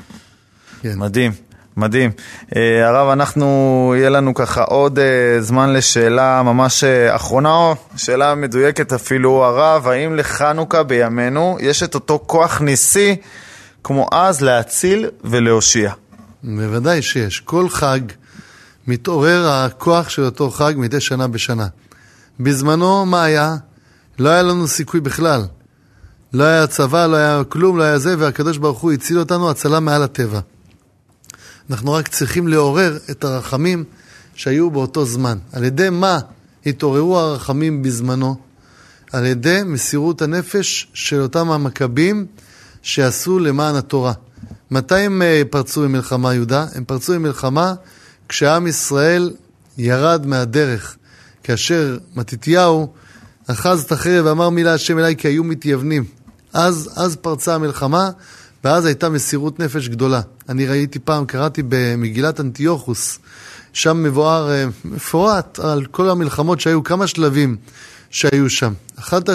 כן. מדהים, מדהים. הרב, יהיה לנו ככה עוד זמן לשאלה ממש אחרונה, שאלה מדויקת אפילו. הרב, האם לחנוכה בימינו יש את אותו כוח ניסי כמו אז להציל ולהושיע? בוודאי שיש. כל חג מתעורר הכוח של אותו חג מדי שנה בשנה. בזמנו מה היה? לא היה לנו סיכוי בכלל. לא היה צבא, לא היה כלום, לא היה זה, והקדוש ברוך הוא הציל אותנו הצלה מעל הטבע. אנחנו רק צריכים לעורר את הרחמים שהיו באותו זמן. על ידי מה התעוררו הרחמים בזמנו? על ידי מסירות הנפש של אותם המכבים שעשו למען התורה. מתי הם פרצו במלחמה, יהודה? הם פרצו במלחמה כשעם ישראל ירד מהדרך. כאשר מתתיהו אחז את החרב ואמר מילה השם אליי כי היו מתייוונים. אז פרצה המלחמה, ואז הייתה מסירות נפש גדולה. אני ראיתי פעם, קראתי במגילת אנטיוכוס, שם מבואר מפורט על כל המלחמות שהיו, כמה שלבים שהיו שם. אחד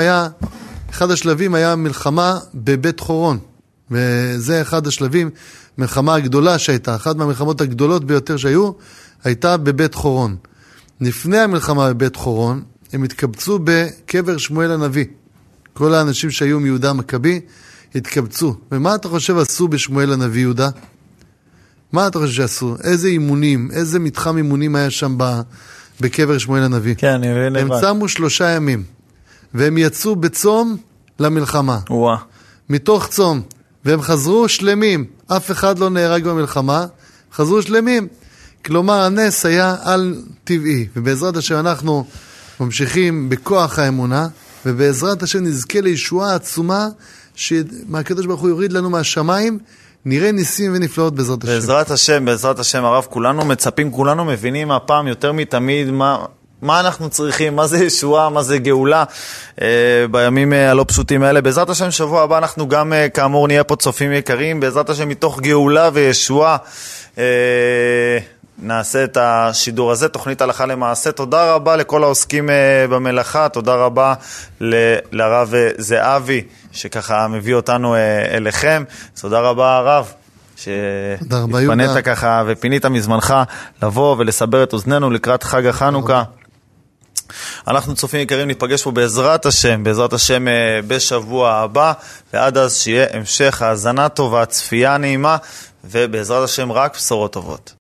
השלבים היה מלחמה בבית חורון, וזה אחד השלבים, מלחמה הגדולה שהייתה, אחת מהמלחמות הגדולות ביותר שהיו, הייתה בבית חורון. לפני המלחמה בבית חורון, הם התקבצו בקבר שמואל הנביא. כל האנשים שהיו מיהודה המכבי התקבצו. ומה אתה חושב עשו בשמואל הנביא, יהודה? מה אתה חושב שעשו? איזה אימונים, איזה מתחם אימונים היה שם בקבר שמואל הנביא? כן, אני מבין לבד. הם צמו 3 ימים, והם יצאו בצום למלחמה. וואה. מתוך צום, והם חזרו שלמים. אף אחד לא נהרג במלחמה, חזרו שלמים. כלומר, הנס היה על טבעי, ובעזרת השם אנחנו ממשיכים בכוח האמונה, ובעזרת השם נזכה לישועה עצומה, שמהקדוש ברוך הוא יוריד לנו מהשמיים, נראה ניסים ונפלאות בעזרת השם. בעזרת השם, הרב, כולנו מצפים, כולנו מבינים הפעם יותר מתמיד מה אנחנו צריכים, מה זה ישועה, מה זה גאולה בימים הלא פשוטים האלה. בעזרת השם, שבוע הבא אנחנו גם כאמור נהיה פה צופים יקרים, בעזרת השם מתוך גאולה וישועה נעשה את השידור הזה, תוכנית הלכה למעשה. תודה רבה לכל העוסקים במלאכה, תודה רבה לרב זהבי שככה מביא אותנו אליכם. תודה רבה הרב שהתפנית ככה ופינית מזמנך לבוא ולסבר את אוזננו לקראת חג החנוכה. אנחנו צופים יקרים ניפגש פה בעזרת השם בשבוע הבא, ועד אז שיהיה המשך האזנה טובה, צפייה נעימה, ובעזרת השם רק בשורות טובות.